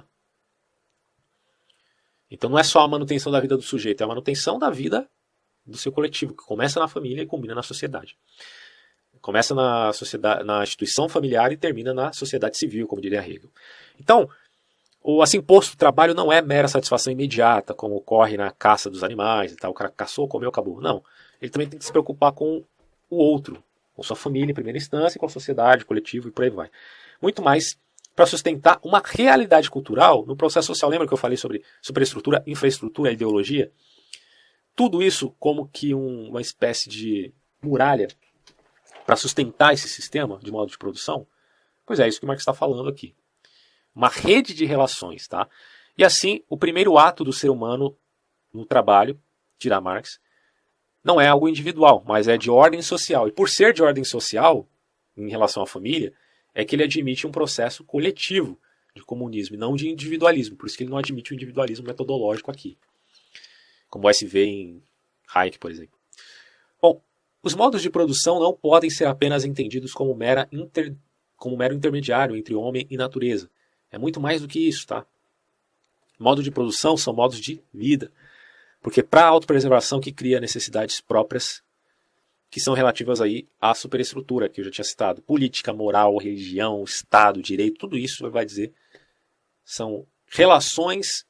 Então não é só a manutenção da vida do sujeito, é a manutenção da vida do seu coletivo, que começa na família e combina na sociedade. Começa na sociedade, na instituição familiar e termina na sociedade civil, como diria Hegel. Então, o assim posto trabalho não é mera satisfação imediata, como ocorre na caça dos animais e tal. O cara caçou, comeu, acabou. Não. Ele também tem que se preocupar com o outro, com sua família em primeira instância, com a sociedade, coletivo e por aí vai. Muito mais para sustentar uma realidade cultural no processo social. Lembra que eu falei sobre superestrutura, infraestrutura, ideologia? Tudo isso como que uma espécie de muralha para sustentar esse sistema de modo de produção? Pois é, isso que o Marx está falando aqui. Uma rede de relações, tá? E assim, o primeiro ato do ser humano no trabalho, dirá Marx, não é algo individual, mas é de ordem social. E por ser de ordem social, em relação à família, é que ele admite um processo coletivo de comunismo e não de individualismo. Por isso que ele não admite o individualismo metodológico aqui. Como se vê em Hayek, por exemplo. Bom, os modos de produção não podem ser apenas entendidos como mero intermediário entre homem e natureza. É muito mais do que isso, tá? Modo de produção são modos de vida. Porque para a autopreservação que cria necessidades próprias que são relativas aí à superestrutura, que eu já tinha citado. Política, moral, religião, Estado, direito, tudo isso vai dizer são relações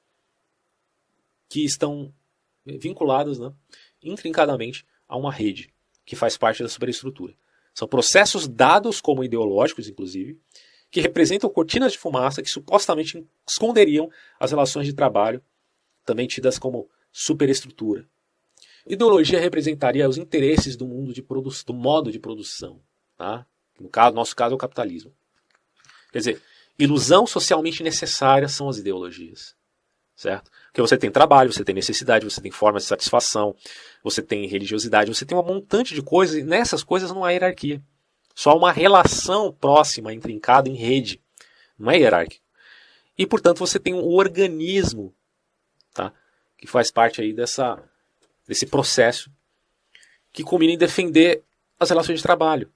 que estão vinculadas, né, intrincadamente a uma rede que faz parte da superestrutura. São processos dados como ideológicos, inclusive, que representam cortinas de fumaça que supostamente esconderiam as relações de trabalho, também tidas como superestrutura. Ideologia representaria os interesses do mundo do modo de produção, tá? No nosso caso é o capitalismo. Quer dizer, ilusão socialmente necessária são as ideologias, certo? Porque você tem trabalho, você tem necessidade, você tem formas de satisfação, você tem religiosidade, você tem um montante de coisas, e nessas coisas não há hierarquia. Só uma relação próxima, intrincada, em rede. Não é hierárquico. E, portanto, você tem um organismo, tá, que faz parte aí desse processo que culmina em defender as relações de trabalho.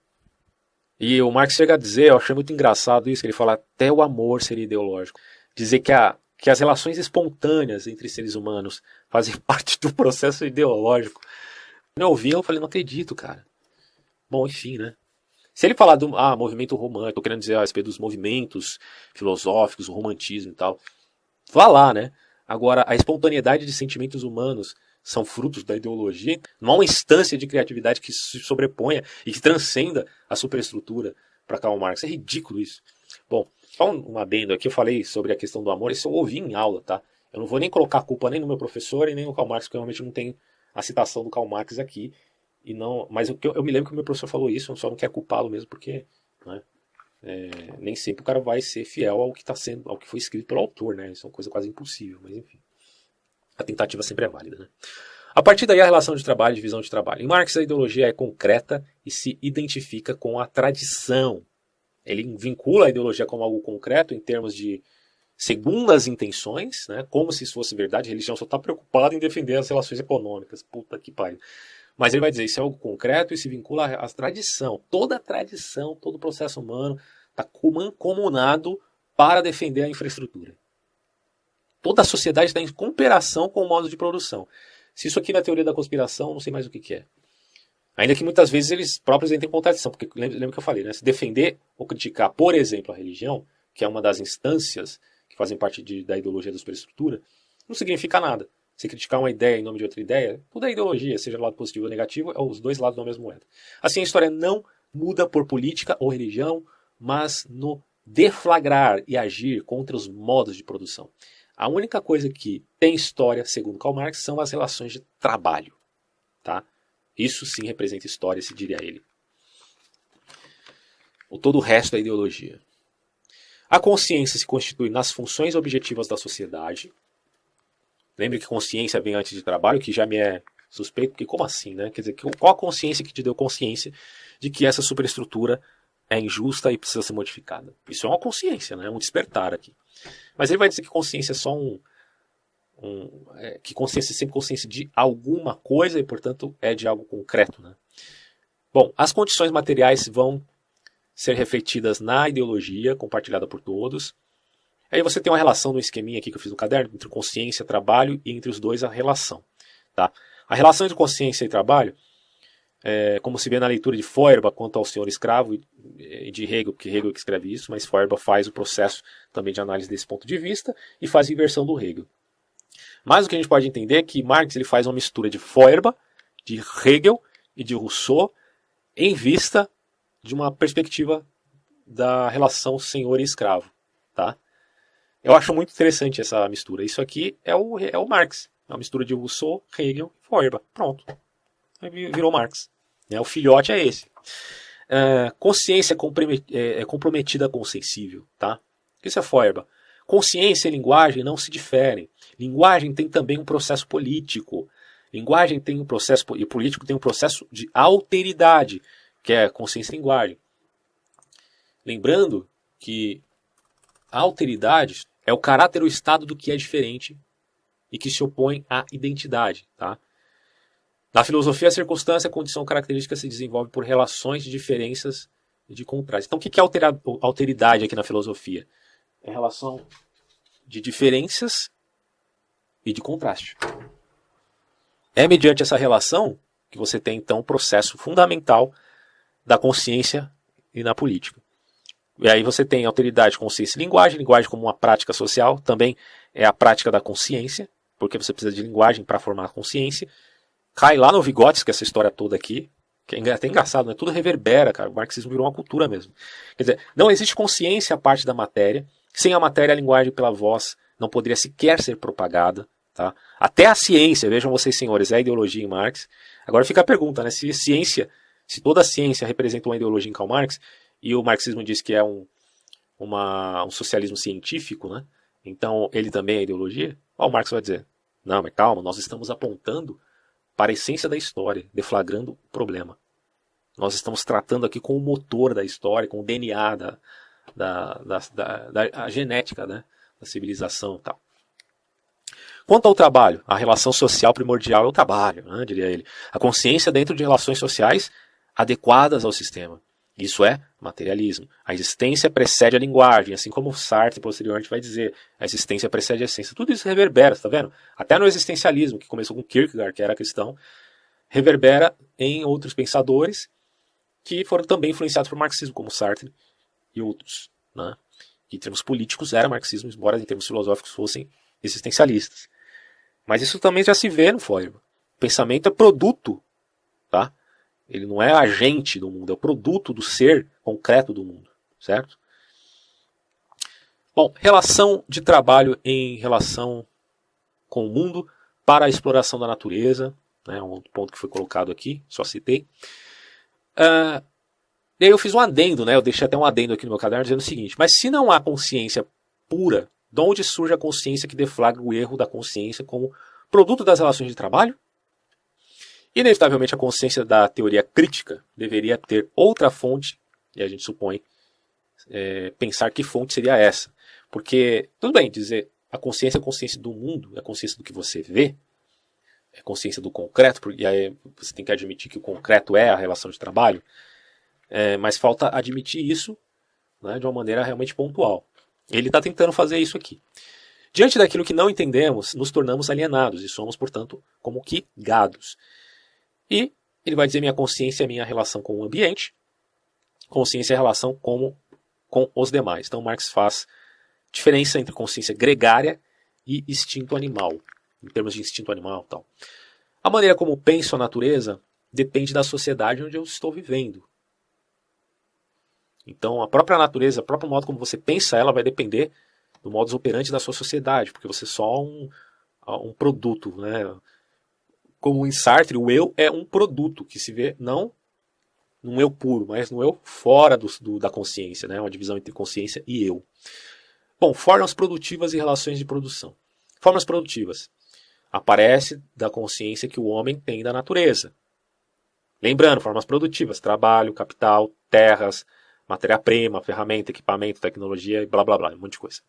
E o Marx chega a dizer, eu achei muito engraçado isso, que ele fala até o amor seria ideológico. Dizer que as relações espontâneas entre seres humanos fazem parte do processo ideológico. Quando eu ouvi, eu falei, não acredito, cara. Bom, enfim, né? Se ele falar do movimento romântico, estou querendo dizer a respeito dos movimentos filosóficos, o romantismo e tal, vá lá, né? Agora, a espontaneidade de sentimentos humanos são frutos da ideologia. Não há uma instância de criatividade que se sobreponha e que transcenda a superestrutura para Karl Marx. É ridículo isso. Bom, só um adendo aqui, eu falei sobre a questão do amor, isso eu ouvi em aula, tá? Eu não vou nem colocar a culpa nem no meu professor e nem no Karl Marx, porque eu realmente não tenho a citação do Karl Marx aqui. E não, mas eu me lembro que o meu professor falou isso, eu só não quero culpá-lo mesmo, porque, né, nem sempre o cara vai ser fiel ao que está sendo, ao que foi escrito pelo autor, né? Isso é uma coisa quase impossível, mas enfim. A tentativa sempre é válida, né? A partir daí, a relação de trabalho e divisão de trabalho. Em Marx, a ideologia é concreta e se identifica com a tradição. Ele vincula a ideologia como algo concreto em termos de segundas intenções, né? Como se isso fosse verdade. A religião só está preocupada em defender as relações econômicas. Puta que pariu. Mas ele vai dizer, isso é algo concreto e se vincula à tradição. Toda a tradição, todo o processo humano está mancomunado para defender a infraestrutura. Toda a sociedade está em cooperação com o modo de produção. Se isso aqui na teoria da conspiração, não sei mais o que é. Ainda que muitas vezes eles próprios entrem em contradição, porque lembra que eu falei, né? Se defender ou criticar, por exemplo, a religião, que é uma das instâncias que fazem parte da ideologia da superestrutura, não significa nada. Se criticar uma ideia em nome de outra ideia, tudo é ideologia, seja lado positivo ou negativo, é os dois lados da mesma moeda. Assim, a história não muda por política ou religião, mas no deflagrar e agir contra os modos de produção. A única coisa que tem história, segundo Karl Marx, são as relações de trabalho. Tá? Isso sim representa história, se diria ele. Todo o resto é ideologia. A consciência se constitui nas funções objetivas da sociedade. Lembre que consciência vem antes de trabalho, que já me é Suspeito, porque como assim, né? Quer dizer, qual a consciência que te deu consciência de que essa superestrutura é injusta e precisa ser modificada? Isso é uma consciência, né? É um despertar aqui. Mas ele vai dizer que consciência é só que consciência é sempre consciência de alguma coisa e, portanto, é de algo concreto, né? Bom, as condições materiais vão ser refletidas na ideologia compartilhada por todos. Aí você tem uma relação no esqueminha aqui que eu fiz no caderno, entre consciência, trabalho, e entre os dois a relação. Tá? A relação entre consciência e trabalho, como se vê na leitura de Feuerbach quanto ao senhor escravo, e de Hegel, porque Hegel que escreve isso, mas Feuerbach faz o processo também de análise desse ponto de vista e faz a inversão do Hegel. Mas o que a gente pode entender é que Marx ele faz uma mistura de Feuerbach, de Hegel e de Rousseau em vista de uma perspectiva da relação senhor e escravo. Tá? Eu acho muito interessante essa mistura. Isso aqui é o Marx. É uma mistura de Rousseau, Hegel e Feuerbach. Pronto. Virou Marx. O filhote é esse. Consciência é comprometida com o sensível. Tá? Isso é Feuerbach. Consciência e linguagem não se diferem. Linguagem tem também um processo político. Linguagem tem um processo, e político tem um processo de alteridade, que é consciência e linguagem. Lembrando que a alteridade é o caráter ou estado do que é diferente e que se opõe à identidade. Tá? Na filosofia, a circunstância, a condição característica se desenvolve por relações de diferenças e de contrastes. Então, o que é alteridade aqui na filosofia? É a relação de diferenças e de contraste. É mediante essa relação que você tem, então, o processo fundamental da consciência e na política. E aí você tem alteridade, consciência e linguagem. Linguagem como uma prática social, também é a prática da consciência, porque você precisa de linguagem para formar a consciência. Cai lá no Vygotsky, essa história toda aqui, que é até engraçado, né? Tudo reverbera, cara. O marxismo virou uma cultura mesmo. Quer dizer, não existe consciência a parte da matéria. Sem a matéria, a linguagem pela voz não poderia sequer ser propagada. Tá? Até a ciência, vejam vocês senhores, é a ideologia em Marx. Agora fica a pergunta, né? Se toda a ciência representa uma ideologia em Karl Marx, e o marxismo diz que é um socialismo científico, né? Então ele também é ideologia, o Marx vai dizer, não, mas calma, nós estamos apontando para a essência da história, deflagrando o problema. Nós estamos tratando aqui com o motor da história, com o DNA da genética, né? Da civilização e tal. Quanto ao trabalho, a relação social primordial é o trabalho, né, diria ele. A consciência dentro de relações sociais adequadas ao sistema. Isso é materialismo. A existência precede a linguagem, assim como Sartre posteriormente vai dizer. A existência precede a essência. Tudo isso reverbera, está vendo? Até no existencialismo, que começou com Kierkegaard, que era cristão, reverbera em outros pensadores que foram também influenciados por marxismo, como Sartre e outros. Né? Em termos políticos era marxismo, embora em termos filosóficos fossem existencialistas. Mas isso também já se vê no Feuerbach. O pensamento é produto, tá? Ele não é agente do mundo, é o produto do ser concreto do mundo, certo? Bom, relação de trabalho em relação com o mundo para a exploração da natureza, né, um ponto que foi colocado aqui, só citei. E aí eu fiz um adendo, né, eu deixei até um adendo aqui no meu caderno dizendo o seguinte, mas se não há consciência pura, de onde surge a consciência que deflagra o erro da consciência como produto das relações de trabalho? Inevitavelmente a consciência da teoria crítica deveria ter outra fonte, e a gente supõe pensar que fonte seria essa. Porque, tudo bem, dizer a consciência é a consciência do mundo, é a consciência do que você vê, é a consciência do concreto, e aí você tem que admitir que o concreto é a relação de trabalho, mas falta admitir isso, né, de uma maneira realmente pontual. Ele está tentando fazer isso aqui. Diante daquilo que não entendemos, nos tornamos alienados e somos, portanto, como que gados. E ele vai dizer minha consciência é minha relação com o ambiente, consciência é a relação com os demais. Então Marx faz diferença entre consciência gregária e instinto animal, em termos de instinto animal e tal. A maneira como penso a natureza depende da sociedade onde eu estou vivendo. Então a própria natureza, o próprio modo como você pensa ela vai depender do modus operandi da sua sociedade, porque você é só um produto, né? Como em Sartre, o eu é um produto que se vê não num eu puro, mas no eu fora da consciência, né? Uma divisão entre consciência e eu. Bom, formas produtivas e relações de produção. Formas produtivas. aparece da consciência que o homem tem da natureza. Lembrando, formas produtivas, trabalho, capital, terras, matéria-prima, ferramenta, equipamento, tecnologia e blá blá blá, um monte de coisa.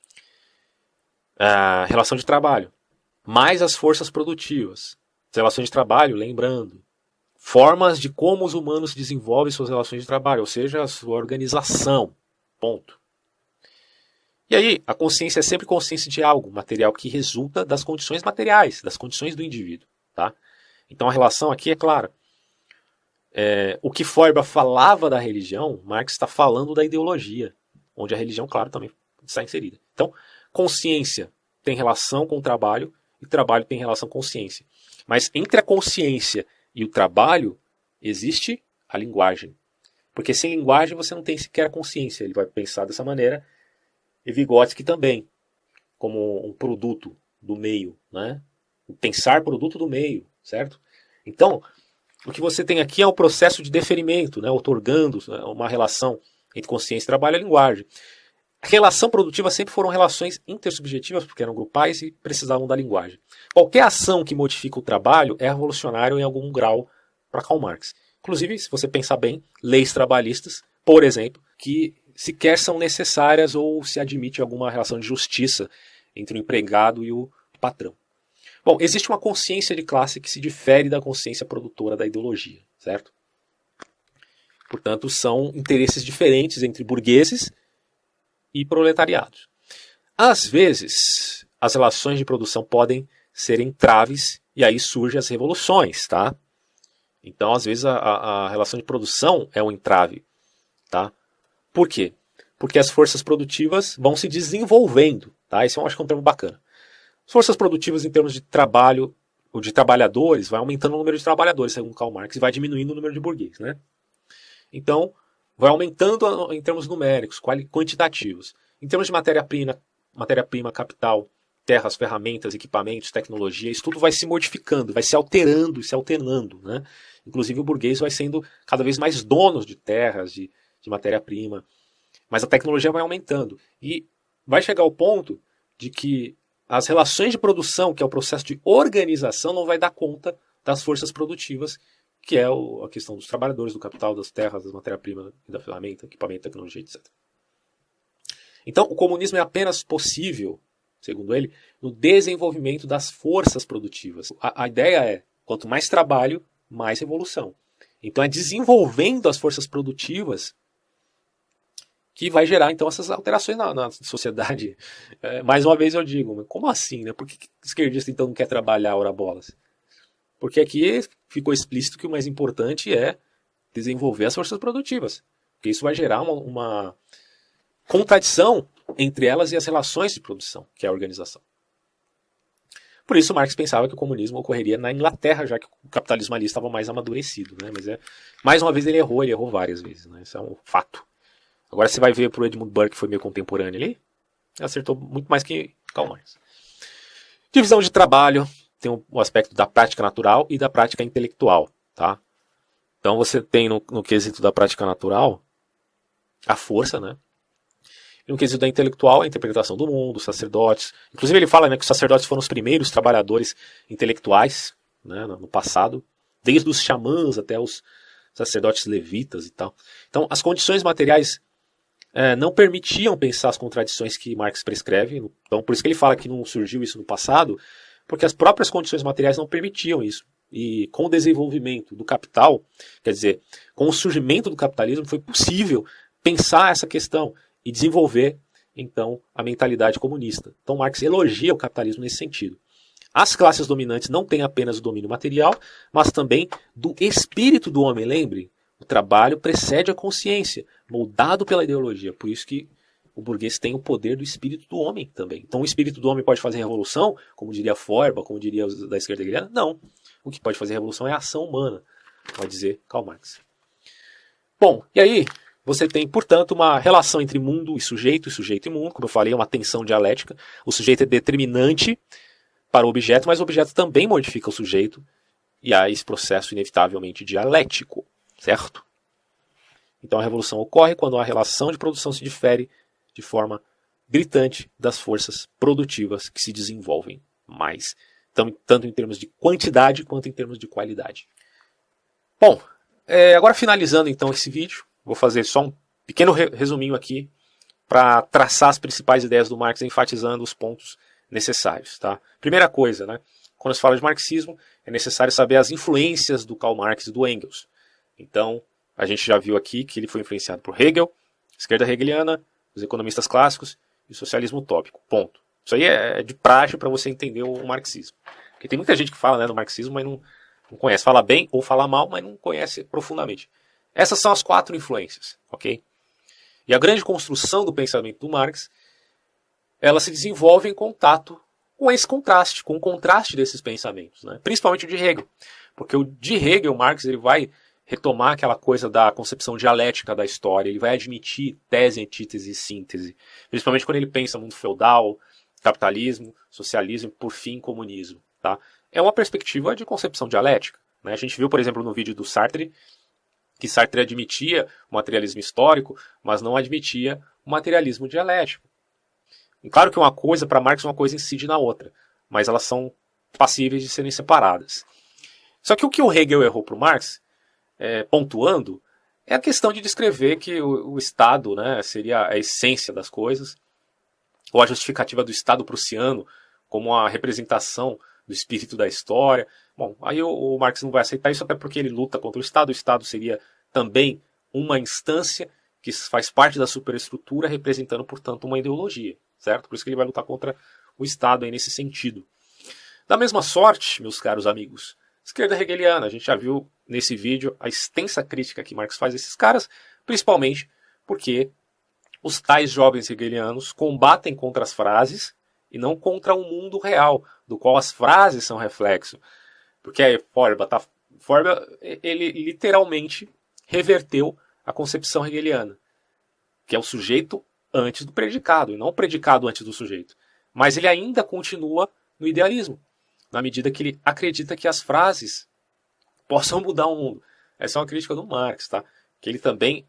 Relação de trabalho, mais as forças produtivas. As relações de trabalho, lembrando, formas de como os humanos desenvolvem suas relações de trabalho, ou seja, a sua organização. Ponto. E aí, a consciência é sempre consciência de algo material que resulta das condições materiais, das condições do indivíduo. Tá? Então a relação aqui é clara. O que Feuerbach falava da religião, Marx está falando da ideologia, onde a religião, claro, também está inserida. Então, consciência tem relação com o trabalho e trabalho tem relação com consciência. Mas entre a consciência e o trabalho existe a linguagem. Porque sem linguagem você não tem sequer a consciência. Ele vai pensar dessa maneira. E Vygotsky também, como um produto do meio, né? O pensar produto do meio, certo? Então, o que você tem aqui é um processo de deferimento, né? Otorgando uma relação entre consciência e trabalho e linguagem. A relação produtiva sempre foram relações intersubjetivas, porque eram grupais e precisavam da linguagem. Qualquer ação que modifica o trabalho é revolucionário em algum grau para Karl Marx. Inclusive, se você pensar bem, leis trabalhistas, por exemplo, que sequer são necessárias ou se admite alguma relação de justiça entre o empregado e o patrão. Bom, existe uma consciência de classe que se difere da consciência produtora da ideologia, certo? Portanto, são interesses diferentes entre burgueses e proletariados. Às vezes, as relações de produção podem ser entraves e aí surgem as revoluções, tá? Então, às vezes, a relação de produção é um entrave, tá? Por quê? Porque as forças produtivas vão se desenvolvendo, tá? Esse eu acho que é um termo bacana. As forças produtivas em termos de trabalho ou de trabalhadores vai aumentando o número de trabalhadores, segundo Karl Marx, e vai diminuindo o número de burguês, né? Então, vai aumentando em termos numéricos, quantitativos. Em termos de matéria-prima, capital, terras, ferramentas, equipamentos, tecnologia, isso tudo vai se modificando, vai se alterando e se alternando, né? Inclusive o burguês vai sendo cada vez mais dono de terras, de matéria-prima. Mas a tecnologia vai aumentando. E vai chegar ao ponto de que as relações de produção, que é o processo de organização, não vai dar conta das forças produtivas, que é a questão dos trabalhadores, do capital, das terras, das matérias-primas, da ferramenta, equipamento, tecnologia, etc. Então, o comunismo é apenas possível, segundo ele, no desenvolvimento das forças produtivas. A ideia é, quanto mais trabalho, mais revolução. Então, é desenvolvendo as forças produtivas que vai gerar, então, essas alterações na sociedade. Mais uma vez eu digo, como assim, né? Por que esquerdista, então, não quer trabalhar, ora bolas? Porque aqui ficou explícito que o mais importante é desenvolver as forças produtivas. Porque isso vai gerar uma contradição entre elas e as relações de produção, que é a organização. Por isso Marx pensava que o comunismo ocorreria na Inglaterra, já que o capitalismo ali estava mais amadurecido, né? Mas mais uma vez ele errou várias vezes, né? Isso é um fato. Agora você vai ver para o Edmund Burke, que foi meio contemporâneo ali, ele acertou muito mais que Karl Marx. Divisão de trabalho, tem o aspecto da prática natural e da prática intelectual, tá? Então você tem no quesito da prática natural a força, né? E no quesito da intelectual, a interpretação do mundo, os sacerdotes. Inclusive ele fala, né, que os sacerdotes foram os primeiros trabalhadores intelectuais, né, no passado, desde os xamãs até os sacerdotes levitas e tal. Então as condições materiais não permitiam pensar as contradições que Marx prescreve. Então por isso que ele fala que não surgiu isso no passado, porque as próprias condições materiais não permitiam isso. E com o desenvolvimento do capital, quer dizer, com o surgimento do capitalismo, foi possível pensar essa questão e desenvolver, então, a mentalidade comunista. Então Marx elogia o capitalismo nesse sentido. As classes dominantes não têm apenas o domínio material, mas também do espírito do homem. Lembre, o trabalho precede a consciência, moldado pela ideologia. Por isso que o burguês tem o poder do espírito do homem também. Então o espírito do homem pode fazer revolução, como diria Feuerbach, como diria os da esquerda hegeliana? Não. O que pode fazer revolução é a ação humana, vai dizer Karl Marx. Bom, e aí você tem, portanto, uma relação entre mundo e sujeito e mundo. Como eu falei, é uma tensão dialética. O sujeito é determinante para o objeto, mas o objeto também modifica o sujeito. E há esse processo inevitavelmente dialético, certo? Então a revolução ocorre quando a relação de produção se difere de forma gritante das forças produtivas que se desenvolvem mais tanto em termos de quantidade quanto em termos de qualidade. Bom, agora finalizando então esse vídeo, vou fazer só um pequeno resuminho aqui para traçar as principais ideias do Marx, enfatizando os pontos necessários. Tá? Primeira coisa, né? Quando se fala de marxismo, é necessário saber as influências do Karl Marx e do Engels. Então, a gente já viu aqui que ele foi influenciado por Hegel, esquerda hegeliana, os economistas clássicos e o socialismo utópico. Ponto. Isso aí é de praxe para você entender o marxismo. Porque tem muita gente que fala, né, do marxismo, mas não conhece. Fala bem ou fala mal, mas não conhece profundamente. Essas são as 4 influências, ok? E a grande construção do pensamento do Marx, ela se desenvolve em contato com esse contraste, com o contraste desses pensamentos, né? Principalmente o de Hegel. Porque o de Hegel, Marx, ele vai retomar aquela coisa da concepção dialética da história, ele vai admitir tese, antítese e síntese, principalmente quando ele pensa mundo feudal, capitalismo, socialismo e, por fim, comunismo. Tá? É uma perspectiva de concepção dialética. Né? A gente viu, por exemplo, no vídeo do Sartre, que Sartre admitia o materialismo histórico, mas não admitia o materialismo dialético. E claro que uma coisa, para Marx, uma coisa incide na outra, mas elas são passíveis de serem separadas. Só que o Hegel errou para o Marx, pontuando, é a questão de descrever que o Estado, né, seria a essência das coisas, ou a justificativa do Estado prussiano como a representação do espírito da história. Bom, aí o Marx não vai aceitar isso, até porque ele luta contra o Estado seria também uma instância que faz parte da superestrutura, representando, portanto, uma ideologia, certo? Por isso que ele vai lutar contra o Estado aí nesse sentido. Da mesma sorte, meus caros amigos, esquerda hegeliana, a gente já viu nesse vídeo a extensa crítica que Marx faz a esses caras, principalmente porque os tais jovens hegelianos combatem contra as frases e não contra o mundo real, do qual as frases são reflexo. Porque Feuerbach, ele literalmente reverteu a concepção hegeliana, que é o sujeito antes do predicado, e não o predicado antes do sujeito. Mas ele ainda continua no idealismo, na medida que ele acredita que as frases possam mudar o mundo. Essa é uma crítica do Marx, tá? Que ele também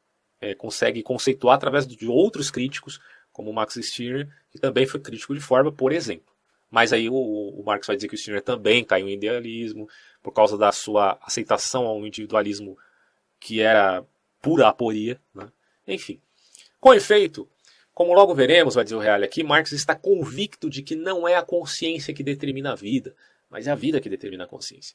consegue conceituar através de outros críticos, como o Max Stirner, que também foi crítico de Feuerbach, por exemplo. Mas aí o Marx vai dizer que o Stirner também caiu em idealismo, por causa da sua aceitação ao individualismo que era pura aporia. Né? Enfim. Com efeito, como logo veremos, vai dizer o Reale aqui, Marx está convicto de que não é a consciência que determina a vida, mas é a vida que determina a consciência.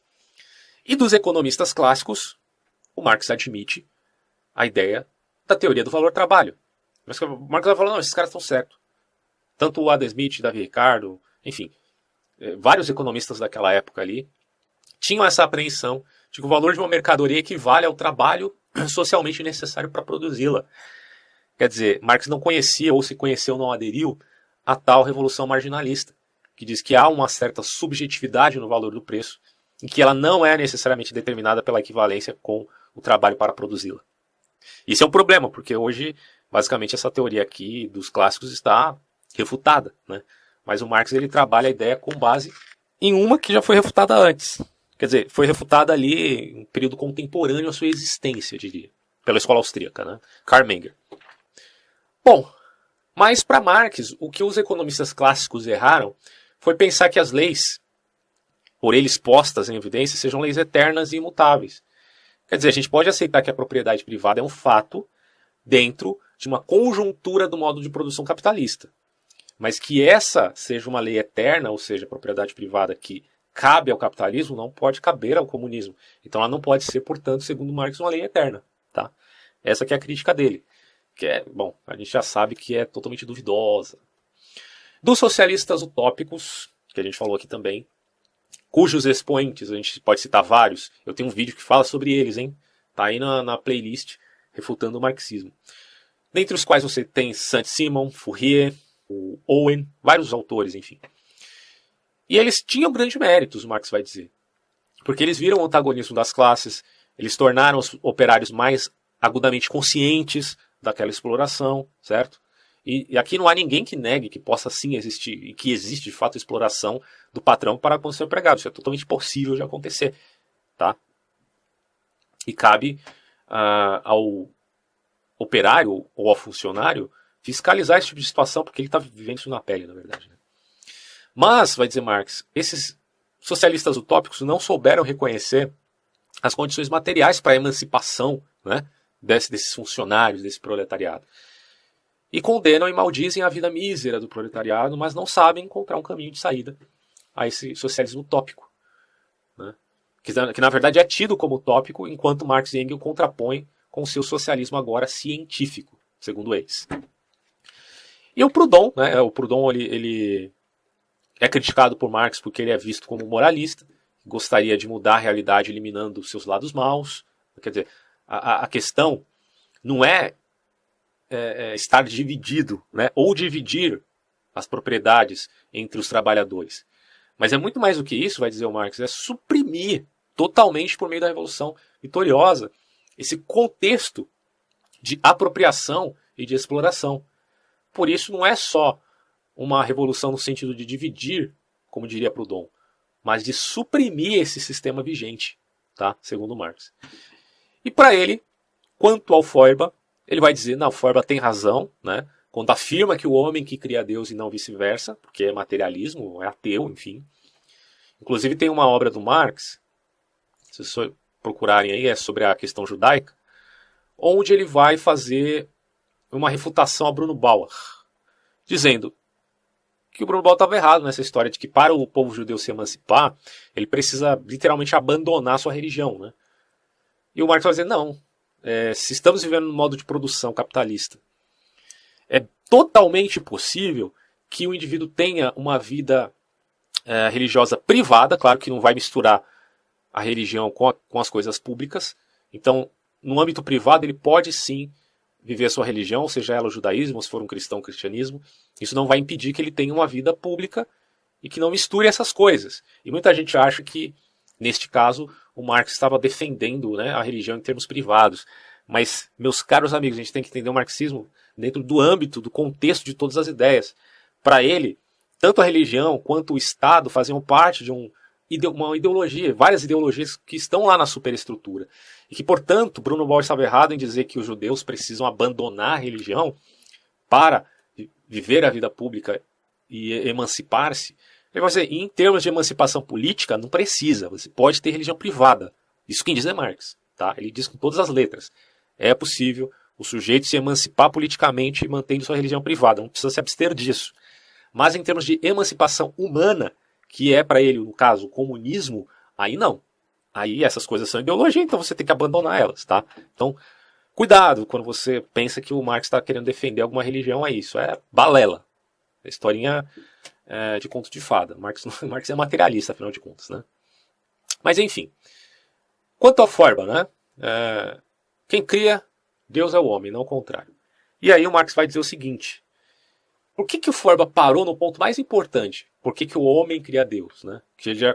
E dos economistas clássicos, o Marx admite a ideia da teoria do valor-trabalho. Mas o Marx vai falar, não, esses caras estão certos. Tanto o Adam Smith, Davi Ricardo, enfim, vários economistas daquela época ali, tinham essa apreensão de que o valor de uma mercadoria equivale ao trabalho socialmente necessário para produzi-la. Quer dizer, Marx não conhecia, ou se conheceu não aderiu, a tal revolução marginalista, que diz que há uma certa subjetividade no valor do preço, e que ela não é necessariamente determinada pela equivalência com o trabalho para produzi-la. Isso é um problema, porque hoje, basicamente, essa teoria aqui dos clássicos está refutada, né? Mas o Marx ele trabalha a ideia com base em uma que já foi refutada antes. Quer dizer, foi refutada ali em período contemporâneo à sua existência, eu diria, pela escola austríaca, né? Karl Menger. Bom, mas para Marx, o que os economistas clássicos erraram foi pensar que as leis, por eles postas em evidência, sejam leis eternas e imutáveis. Quer dizer, a gente pode aceitar que a propriedade privada é um fato dentro de uma conjuntura do modo de produção capitalista. Mas que essa seja uma lei eterna, ou seja, a propriedade privada que cabe ao capitalismo, não pode caber ao comunismo. Então ela não pode ser, portanto, segundo Marx, uma lei eterna. Tá? Essa que é a crítica dele. Que é, bom, a gente já sabe que é totalmente duvidosa. Dos socialistas utópicos, que a gente falou aqui também, cujos expoentes, a gente pode citar vários, eu tenho um vídeo que fala sobre eles, hein? Tá aí na playlist, refutando o marxismo. Dentre os quais você tem Saint-Simon, Fourier, o Owen, vários autores, enfim. E eles tinham grandes méritos, Marx vai dizer. Porque eles viram o antagonismo das classes, eles tornaram os operários mais agudamente conscientes daquela exploração, certo? E aqui não há ninguém que negue que possa sim existir, e que existe de fato exploração do patrão para com o seu empregado. Isso é totalmente possível de acontecer. Tá? E cabe ao operário ou ao funcionário fiscalizar esse tipo de situação, porque ele está vivendo isso na pele, na verdade. Né? Mas, vai dizer Marx, esses socialistas utópicos não souberam reconhecer as condições materiais para a emancipação, né, desses funcionários, desse proletariado. E condenam e maldizem a vida mísera do proletariado, mas não sabem encontrar um caminho de saída a esse socialismo utópico, né, que na verdade é tido como utópico, enquanto Marx e Engels contrapõem com o seu socialismo agora científico, segundo eles. E o Proudhon, né, ele é criticado por Marx porque ele é visto como moralista, gostaria de mudar a realidade eliminando seus lados maus. Quer dizer, a questão não é, estar dividido, né, ou dividir as propriedades entre os trabalhadores. Mas é muito mais do que isso, vai dizer o Marx, é suprimir totalmente por meio da Revolução Vitoriosa esse contexto de apropriação e de exploração. Por isso não é só uma revolução no sentido de dividir, como diria Proudhon, mas de suprimir esse sistema vigente, tá? Segundo Marx. E para ele, quanto ao Feuerbach, ele vai dizer, não, Feuerbach tem razão, né? Quando afirma que o homem que cria Deus e não vice-versa, porque é materialismo, é ateu, enfim. Inclusive tem uma obra do Marx, se vocês procurarem aí, é sobre a questão judaica, onde ele vai fazer uma refutação a Bruno Bauer, dizendo que o Bruno Bauer estava errado nessa história de que para o povo judeu se emancipar, ele precisa literalmente abandonar sua religião, né? E o Marx vai dizer, não, se estamos vivendo num modo de produção capitalista, é totalmente possível que o indivíduo tenha uma vida religiosa privada, claro que não vai misturar a religião com as coisas públicas, então no âmbito privado ele pode sim viver a sua religião, seja ela o judaísmo, ou se for um cristão, o cristianismo. Isso não vai impedir que ele tenha uma vida pública e que não misture essas coisas. E muita gente acha que, neste caso, o Marx estava defendendo, né, a religião em termos privados. Mas, meus caros amigos, a gente tem que entender o marxismo dentro do âmbito, do contexto de todas as ideias. Para ele, tanto a religião quanto o Estado faziam parte de uma ideologia, várias ideologias que estão lá na superestrutura. E que, portanto, Bruno Bauer estava errado em dizer que os judeus precisam abandonar a religião para viver a vida pública e emancipar-se. Ele vai dizer, em termos de emancipação política, não precisa. Você pode ter religião privada. Isso quem diz é Marx. Tá? Ele diz com todas as letras. É possível o sujeito se emancipar politicamente mantendo sua religião privada. Não precisa se abster disso. Mas em termos de emancipação humana, que é para ele, no caso, o comunismo, aí não. Aí essas coisas são ideologia, então você tem que abandonar elas, tá? Então, cuidado quando você pensa que o Marx está querendo defender alguma religião, é isso. É balela. É historinha de conto de fada. Marx é materialista, afinal de contas, né? Mas enfim. Quanto ao Feuerbach, né? Quem cria, Deus é o homem, não o contrário. E aí o Marx vai dizer o seguinte. Por que o Feuerbach parou no ponto mais importante? Por que o homem cria Deus, né? Que ele já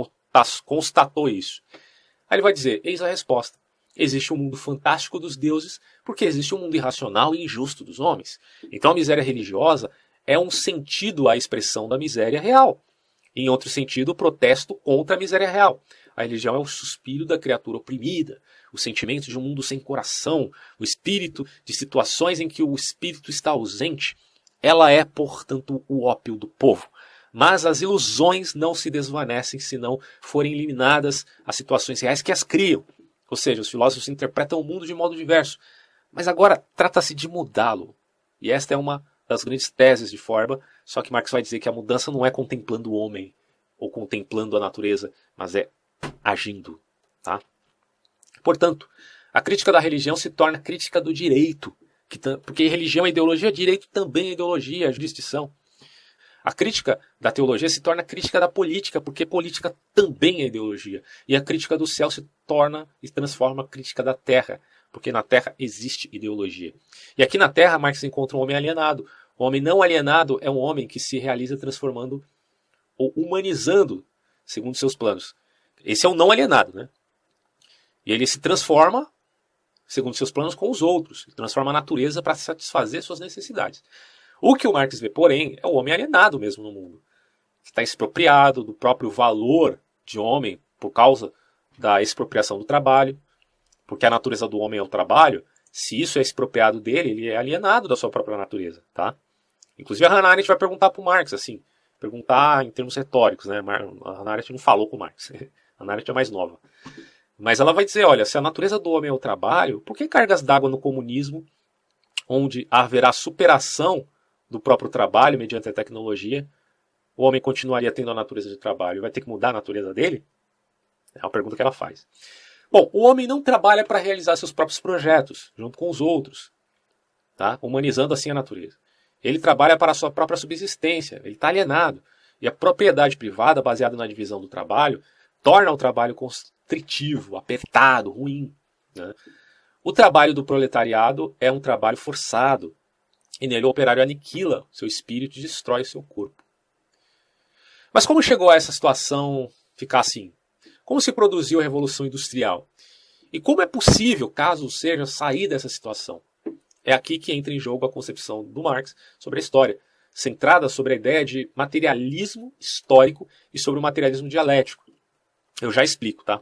constatou isso. Aí ele vai dizer, eis a resposta. Existe um mundo fantástico dos deuses, porque existe um mundo irracional e injusto dos homens. Então a miséria religiosa é um sentido à expressão da miséria real. Em outro sentido, o protesto contra a miséria real. A religião é o suspiro da criatura oprimida, o sentimento de um mundo sem coração, o espírito de situações em que o espírito está ausente. Ela é, portanto, o ópio do povo. Mas as ilusões não se desvanecem se não forem eliminadas as situações reais que as criam. Ou seja, os filósofos interpretam o mundo de modo diverso. Mas agora trata-se de mudá-lo. E esta é uma das grandes teses de Feuerbach, só que Marx vai dizer que a mudança não é contemplando o homem ou contemplando a natureza, mas é agindo. Tá? Portanto, a crítica da religião se torna crítica do direito, porque religião é ideologia, direito também é ideologia, é jurisdição. A crítica da teologia se torna crítica da política, porque política também é ideologia. E a crítica do céu se torna e transforma crítica da terra, porque na terra existe ideologia. E aqui na terra Marx encontra um homem alienado. O homem não alienado é um homem que se realiza transformando ou humanizando segundo seus planos. Esse é o não alienado, né? E ele se transforma segundo seus planos com os outros. Ele transforma a natureza para satisfazer suas necessidades. O que o Marx vê, porém, é o homem alienado mesmo no mundo. Que está expropriado do próprio valor de homem por causa da expropriação do trabalho. Porque a natureza do homem é o trabalho. Se isso é expropriado dele, ele é alienado da sua própria natureza. Tá? Inclusive a Hannah Arendt vai perguntar para o Marx assim, perguntar em termos retóricos, né? A Hannah Arendt não falou com Marx. A Hannah Arendt é mais nova. Mas ela vai dizer, olha, se a natureza do homem é o trabalho, por que cargas d'água no comunismo, onde haverá superação do próprio trabalho mediante a tecnologia, o homem continuaria tendo a natureza de trabalho? Vai ter que mudar a natureza dele? É uma pergunta que ela faz. Bom, o homem não trabalha para realizar seus próprios projetos, junto com os outros, tá? Humanizando assim a natureza. Ele trabalha para a sua própria subsistência, ele está alienado. E a propriedade privada, baseada na divisão do trabalho, torna o trabalho constritivo, apertado, ruim, né? O trabalho do proletariado é um trabalho forçado, e nele o operário aniquila seu espírito e destrói seu corpo. Mas como chegou a essa situação ficar assim? Como se produziu a Revolução Industrial? E como é possível, caso seja, sair dessa situação? É aqui que entra em jogo a concepção do Marx sobre a história, centrada sobre a ideia de materialismo histórico e sobre o materialismo dialético. Eu já explico, tá?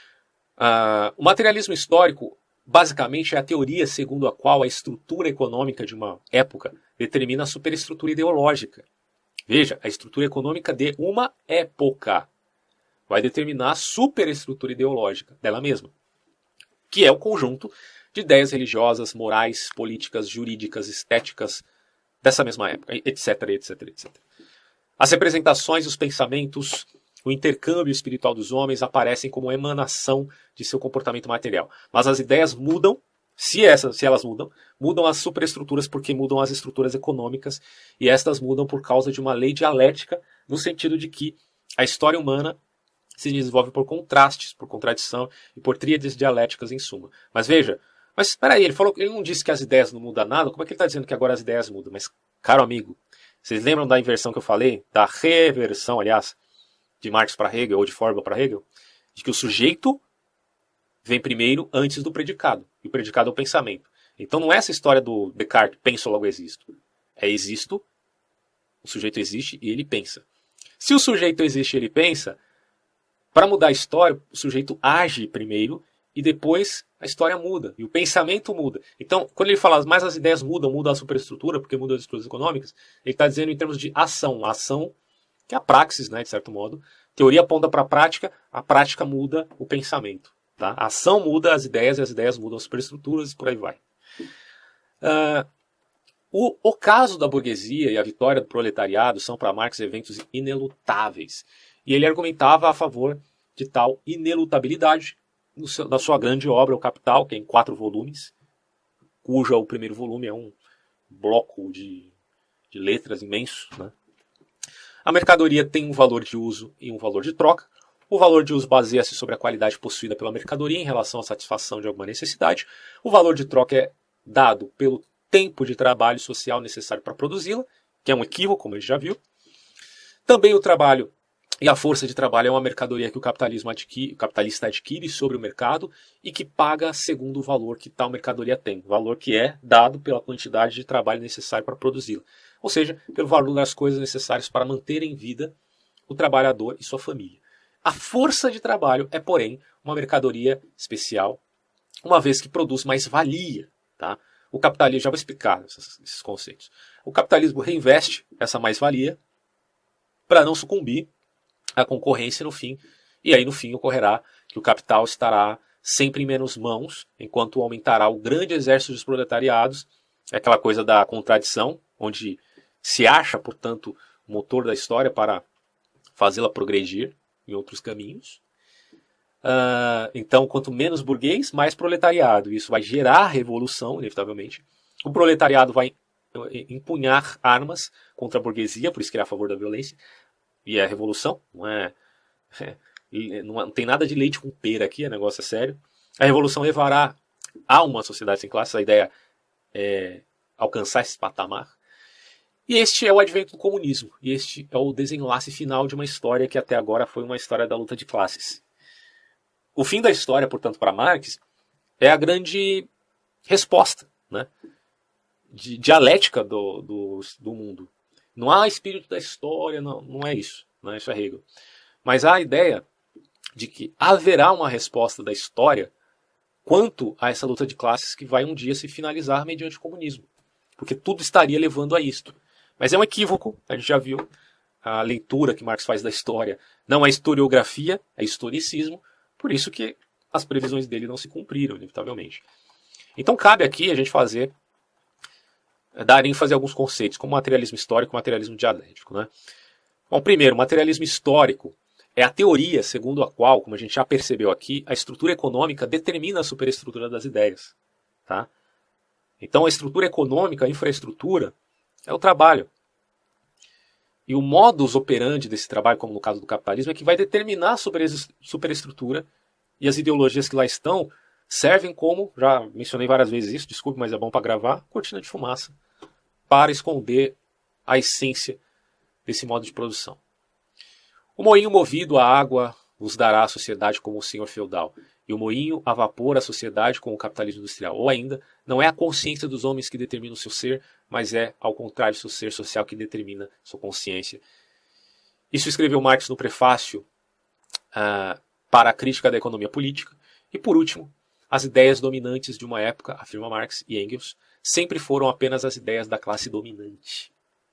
O materialismo histórico, basicamente, é a teoria segundo a qual a estrutura econômica de uma época determina a superestrutura ideológica. Veja, a estrutura econômica de uma época vai determinar a superestrutura ideológica dela mesma, que é o conjunto de ideias religiosas, morais, políticas, jurídicas, estéticas dessa mesma época, etc, etc, etc. As representações, os pensamentos, o intercâmbio espiritual dos homens aparecem como emanação de seu comportamento material. Mas as ideias mudam, se elas mudam, mudam as superestruturas porque mudam as estruturas econômicas, e estas mudam por causa de uma lei dialética, no sentido de que a história humana se desenvolve por contrastes, por contradição e por tríades dialéticas em suma. Mas veja, mas espera aí, ele não disse que as ideias não mudam nada, como é que ele está dizendo que agora as ideias mudam? Mas, caro amigo, vocês lembram da inversão que eu falei? Da reversão, aliás, de Marx para Hegel, ou de Feuerbach para Hegel? De que o sujeito vem primeiro antes do predicado. E o predicado é o pensamento. Então não é essa história do Descartes, penso logo existo. É existo, o sujeito existe e ele pensa. Se o sujeito existe e ele pensa, para mudar a história, o sujeito age primeiro e depois a história muda. E o pensamento muda. Então, quando ele fala, mas as ideias mudam, muda a superestrutura, porque mudam as estruturas econômicas, ele está dizendo em termos de ação. A ação, que é a praxis, né, de certo modo. Teoria aponta para a prática muda o pensamento. Tá? A ação muda as ideias e as ideias mudam as superestruturas e por aí vai. O caso da burguesia e a vitória do proletariado são para Marx eventos inelutáveis. E ele argumentava a favor de tal inelutabilidade da sua grande obra, O Capital, que é em 4 volumes, cujo o primeiro volume é um bloco de letras imenso. Né? A mercadoria tem um valor de uso e um valor de troca. O valor de uso baseia-se sobre a qualidade possuída pela mercadoria em relação à satisfação de alguma necessidade. O valor de troca é dado pelo tempo de trabalho social necessário para produzi-la, que é um equívoco, como a gente já viu. Também o trabalho e a força de trabalho é uma mercadoria que o capitalista adquire sobre o mercado e que paga segundo o valor que tal mercadoria tem. Valor que é dado pela quantidade de trabalho necessário para produzi-la. Ou seja, pelo valor das coisas necessárias para manter em vida o trabalhador e sua família. A força de trabalho é, porém, uma mercadoria especial, uma vez que produz mais valia. Tá? O capitalismo, já vou explicar esses conceitos. O capitalismo reinveste essa mais-valia para não sucumbir à concorrência no fim. E aí, no fim, ocorrerá que o capital estará sempre em menos mãos, enquanto aumentará o grande exército dos proletariados. É aquela coisa da contradição, onde se acha, portanto, o motor da história para fazê-la progredir em outros caminhos. Então, quanto menos burguês, mais proletariado. Isso vai gerar revolução, inevitavelmente. O proletariado vai empunhar armas contra a burguesia, por isso que ele é a favor da violência. E é a revolução, não tem nada de leite com pera aqui, o negócio é sério. A revolução levará a uma sociedade sem classe, a ideia é alcançar esse patamar. E este é o advento do comunismo. E este é o desenlace final de uma história que até agora foi uma história da luta de classes. O fim da história, portanto, para Marx, é a grande resposta, né, dialética do mundo. Não há espírito da história, não é isso. Né, isso é Hegel. Mas há a ideia de que haverá uma resposta da história quanto a essa luta de classes que vai um dia se finalizar mediante o comunismo. Porque tudo estaria levando a isto. Mas é um equívoco, a gente já viu. a leitura que Marx faz da história não é historiografia, é historicismo, por isso que as previsões dele não se cumpriram, inevitavelmente. Então cabe aqui a gente dar ênfase a alguns conceitos, como materialismo histórico e materialismo dialético. Né? Bom, primeiro, materialismo histórico é a teoria segundo a qual, como a gente já percebeu aqui, a estrutura econômica determina a superestrutura das ideias. Tá? Então a estrutura econômica, a infraestrutura, é o trabalho. E o modus operandi desse trabalho, como no caso do capitalismo, é que vai determinar a superestrutura, e as ideologias que lá estão servem como, já mencionei várias vezes isso, desculpe, mas é bom para gravar, cortina de fumaça, para esconder a essência desse modo de produção. O moinho movido a água vos dará a sociedade como o senhor feudal, e o moinho a vapor a sociedade como o capitalismo industrial. Ou ainda, não é a consciência dos homens que determina o seu ser, mas é, ao contrário, seu ser social que determina sua consciência. Isso escreveu Marx no prefácio para a crítica da economia política. E por último, as ideias dominantes de uma época, afirma Marx e Engels, sempre foram apenas as ideias da classe dominante.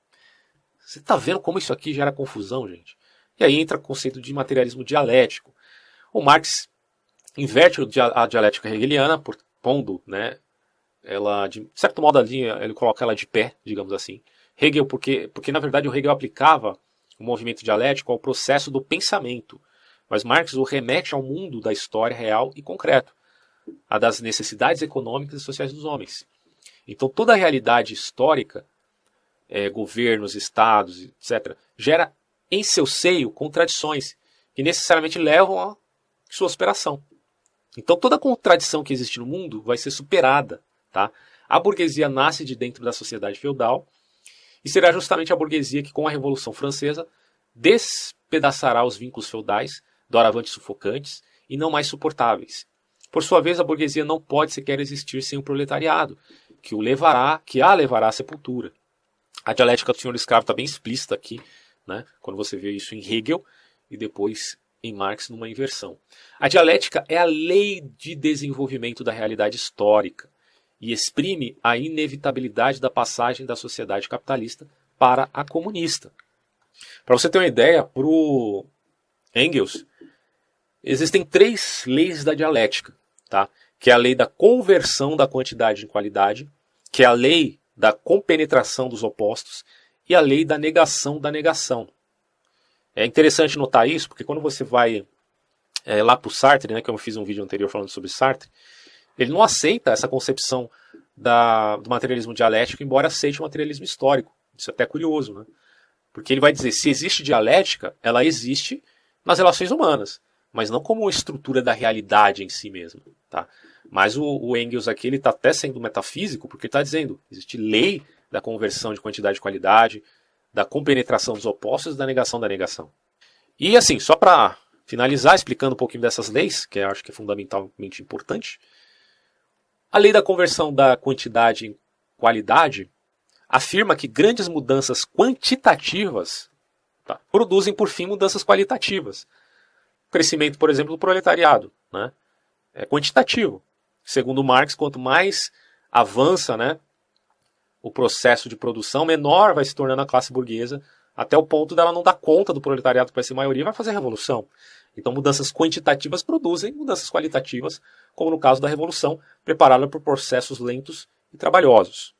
Você está vendo como isso aqui gera confusão, gente? E aí entra o conceito de materialismo dialético. O Marx inverte a dialética hegeliana, pondo, né, ela, de certo modo, ele coloca ela de pé, digamos assim. Hegel, porque na verdade o Hegel aplicava o movimento dialético ao processo do pensamento, mas Marx o remete ao mundo da história real e concreto, a das necessidades econômicas e sociais dos homens. Então toda a realidade histórica, governos, estados, etc., gera em seu seio contradições que necessariamente levam a sua superação. Então toda contradição que existe no mundo vai ser superada. Tá? A burguesia nasce de dentro da sociedade feudal e será justamente a burguesia que, com a Revolução Francesa, despedaçará os vínculos feudais, doravante sufocantes e não mais suportáveis. Por sua vez, a burguesia não pode sequer existir sem o proletariado, que a levará à sepultura. A dialética do senhor escravo está bem explícita aqui, né? Quando você vê isso em Hegel e depois em Marx numa inversão. A dialética é a lei de desenvolvimento da realidade histórica e exprime a inevitabilidade da passagem da sociedade capitalista para a comunista. Para você ter uma ideia, para o Engels, existem 3 leis da dialética, tá? Que é a lei da conversão da quantidade em qualidade, que é a lei da compenetração dos opostos e a lei da negação da negação. É interessante notar isso, porque quando você vai lá para o Sartre, né, que eu fiz um vídeo anterior falando sobre Sartre, ele não aceita essa concepção do materialismo dialético, embora aceite o materialismo histórico. Isso é até curioso, né? Porque ele vai dizer, se existe dialética, ela existe nas relações humanas, mas não como estrutura da realidade em si mesmo. Tá? Mas o Engels aqui está até sendo metafísico, porque ele está dizendo, existe lei da conversão de quantidade e qualidade, da compenetração dos opostos e da negação da negação. E assim, só para finalizar, explicando um pouquinho dessas leis, que eu acho que é fundamentalmente importante, a lei da conversão da quantidade em qualidade afirma que grandes mudanças quantitativas produzem, por fim, mudanças qualitativas. O crescimento, por exemplo, do proletariado, né, é quantitativo. Segundo Marx, quanto mais avança, né, o processo de produção, menor vai se tornando a classe burguesa, até o ponto dela não dar conta do proletariado, que vai ser maioria, e vai fazer revolução. Então, mudanças quantitativas produzem mudanças qualitativas, como no caso da revolução, preparada por processos lentos e trabalhosos.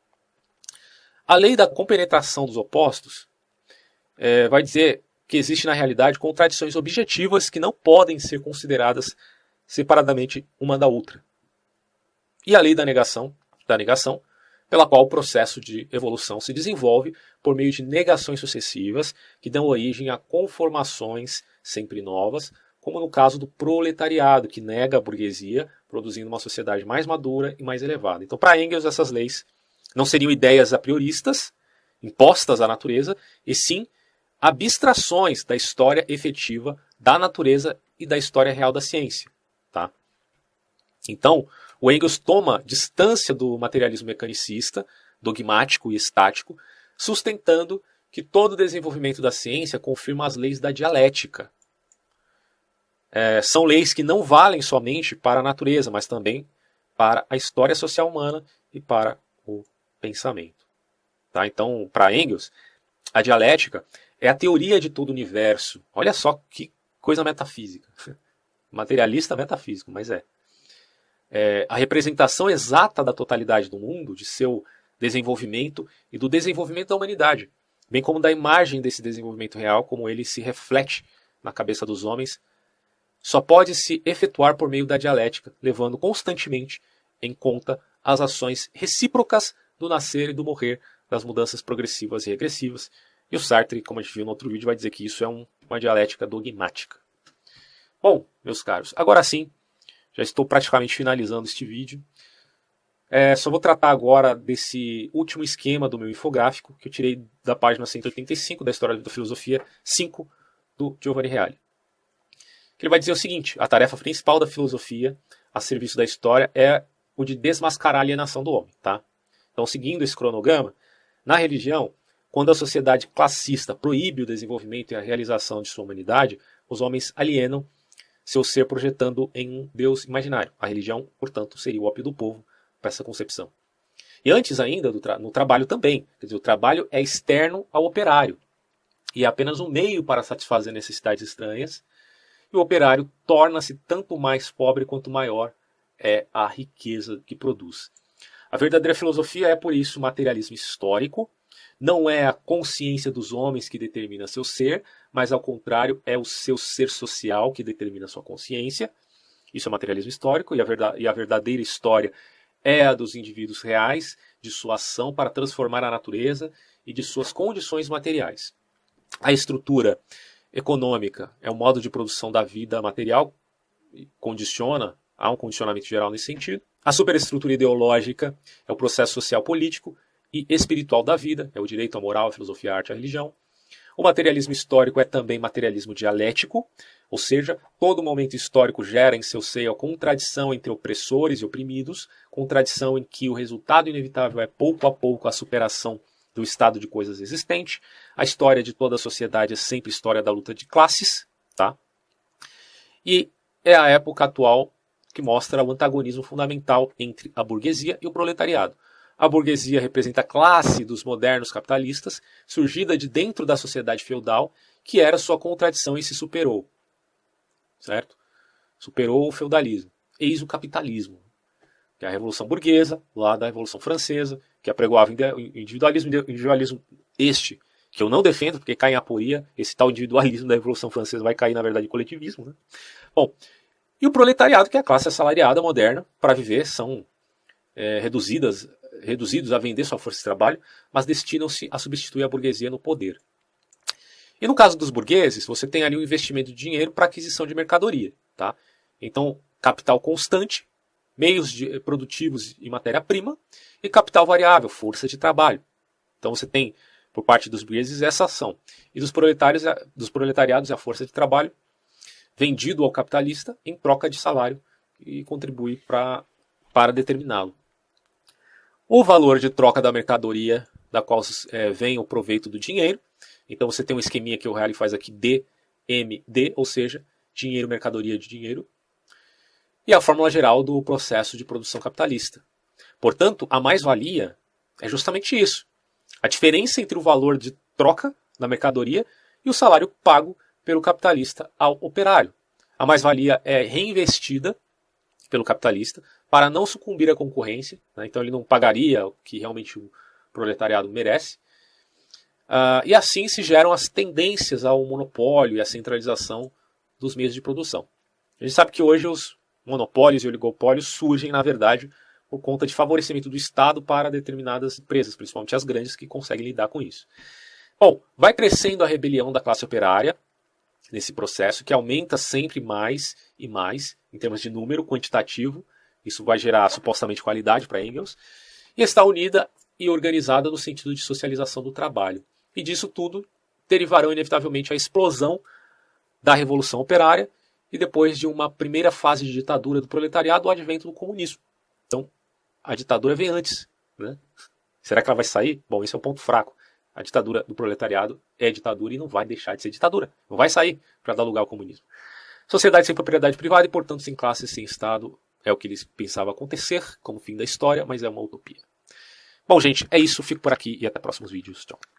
A lei da compenetração dos opostos vai dizer que existe na realidade contradições objetivas que não podem ser consideradas separadamente uma da outra. E a lei da negação, pela qual o processo de evolução se desenvolve por meio de negações sucessivas que dão origem a conformações sempre novas, como no caso do proletariado, que nega a burguesia, produzindo uma sociedade mais madura e mais elevada. Então, para Engels, essas leis não seriam ideias a prioristas, impostas à natureza, e sim abstrações da história efetiva da natureza e da história real da ciência. Tá? Então, o Engels toma distância do materialismo mecanicista, dogmático e estático, sustentando que todo o desenvolvimento da ciência confirma as leis da dialética. São leis que não valem somente para a natureza, mas também para a história social humana e para o pensamento. Tá? Então, para Engels, a dialética é a teoria de todo o universo. Olha só que coisa metafísica. Materialista metafísico, mas é a representação exata da totalidade do mundo, de seu desenvolvimento e do desenvolvimento da humanidade, bem como da imagem desse desenvolvimento real, como ele se reflete na cabeça dos homens, só pode se efetuar por meio da dialética, levando constantemente em conta as ações recíprocas do nascer e do morrer, das mudanças progressivas e regressivas. E o Sartre, como a gente viu no outro vídeo, vai dizer que isso é uma dialética dogmática. Bom, meus caros, agora sim, já estou praticamente finalizando este vídeo. Só vou tratar agora desse último esquema do meu infográfico, que eu tirei da página 185 da História da Filosofia 5 do Giovanni Reale. Ele vai dizer o seguinte: a tarefa principal da filosofia a serviço da história é o de desmascarar a alienação do homem. Tá? Então, seguindo esse cronograma, na religião, quando a sociedade classista proíbe o desenvolvimento e a realização de sua humanidade, os homens alienam seu ser projetando em um Deus imaginário. A religião, portanto, seria o ópio do povo para essa concepção. E antes ainda, no trabalho também. Quer dizer, o trabalho é externo ao operário. E é apenas um meio para satisfazer necessidades estranhas. E o operário torna-se tanto mais pobre quanto maior é a riqueza que produz. A verdadeira filosofia é, por isso, materialismo histórico. Não é a consciência dos homens que determina seu ser, mas ao contrário, é o seu ser social que determina sua consciência. Isso é materialismo histórico, e a verdadeira história é a dos indivíduos reais, de sua ação para transformar a natureza e de suas condições materiais. A estrutura econômica é o modo de produção da vida material, há um condicionamento geral nesse sentido. A superestrutura ideológica é o processo social político e espiritual da vida, é o direito, a moral, a filosofia, a arte, a religião. O materialismo histórico é também materialismo dialético, ou seja, todo momento histórico gera em seu seio a contradição entre opressores e oprimidos, contradição em que o resultado inevitável é pouco a pouco a superação do estado de coisas existente. A história de toda a sociedade é sempre história da luta de classes, tá? E é a época atual que mostra o antagonismo fundamental entre a burguesia e o proletariado. A burguesia representa a classe dos modernos capitalistas, surgida de dentro da sociedade feudal, que era sua contradição e se superou. Certo? Superou o feudalismo. Eis o capitalismo, que é a Revolução Burguesa, lá da Revolução Francesa, que apregoava individualismo este, que eu não defendo, porque cai em aporia, esse tal individualismo da Revolução Francesa vai cair, na verdade, em coletivismo. Né? Bom, e o proletariado, que é a classe assalariada moderna, para viver, são reduzidos a vender sua força de trabalho, mas destinam-se a substituir a burguesia no poder. E no caso dos burgueses, você tem ali um investimento de dinheiro para aquisição de mercadoria. Tá? Então, capital constante, meios produtivos e matéria-prima, e capital variável, força de trabalho. Então você tem, por parte dos burgueses, essa ação. E dos proletariados é a força de trabalho, vendido ao capitalista em troca de salário, e contribui para determiná-lo. O valor de troca da mercadoria, da qual vem o proveito do dinheiro. Então você tem um esqueminha que o Reale faz aqui, DMD, ou seja, dinheiro, mercadoria de dinheiro. E a fórmula geral do processo de produção capitalista. Portanto, a mais-valia é justamente isso. A diferença entre o valor de troca da mercadoria e o salário pago pelo capitalista ao operário. A mais-valia é reinvestida pelo capitalista para não sucumbir à concorrência, né? Então ele não pagaria o que realmente o proletariado merece. E assim se geram as tendências ao monopólio e à centralização dos meios de produção. A gente sabe que hoje os monopólios e oligopólios surgem, na verdade, por conta de favorecimento do Estado para determinadas empresas, principalmente as grandes, que conseguem lidar com isso. Bom, vai crescendo a rebelião da classe operária nesse processo, que aumenta sempre mais e mais, em termos de número quantitativo. Isso vai gerar supostamente qualidade para Engels, e está unida e organizada no sentido de socialização do trabalho. E disso tudo derivarão inevitavelmente a explosão da Revolução Operária e depois de uma primeira fase de ditadura do proletariado, o advento do comunismo. Então, a ditadura vem antes. Né? Será que ela vai sair? Bom, esse é o ponto fraco. A ditadura do proletariado é ditadura e não vai deixar de ser ditadura. Não vai sair para dar lugar ao comunismo. Sociedade sem propriedade privada e, portanto, sem classe, sem Estado, é o que eles pensavam acontecer como fim da história, mas é uma utopia. Bom, gente, é isso. Fico por aqui e até próximos vídeos. Tchau.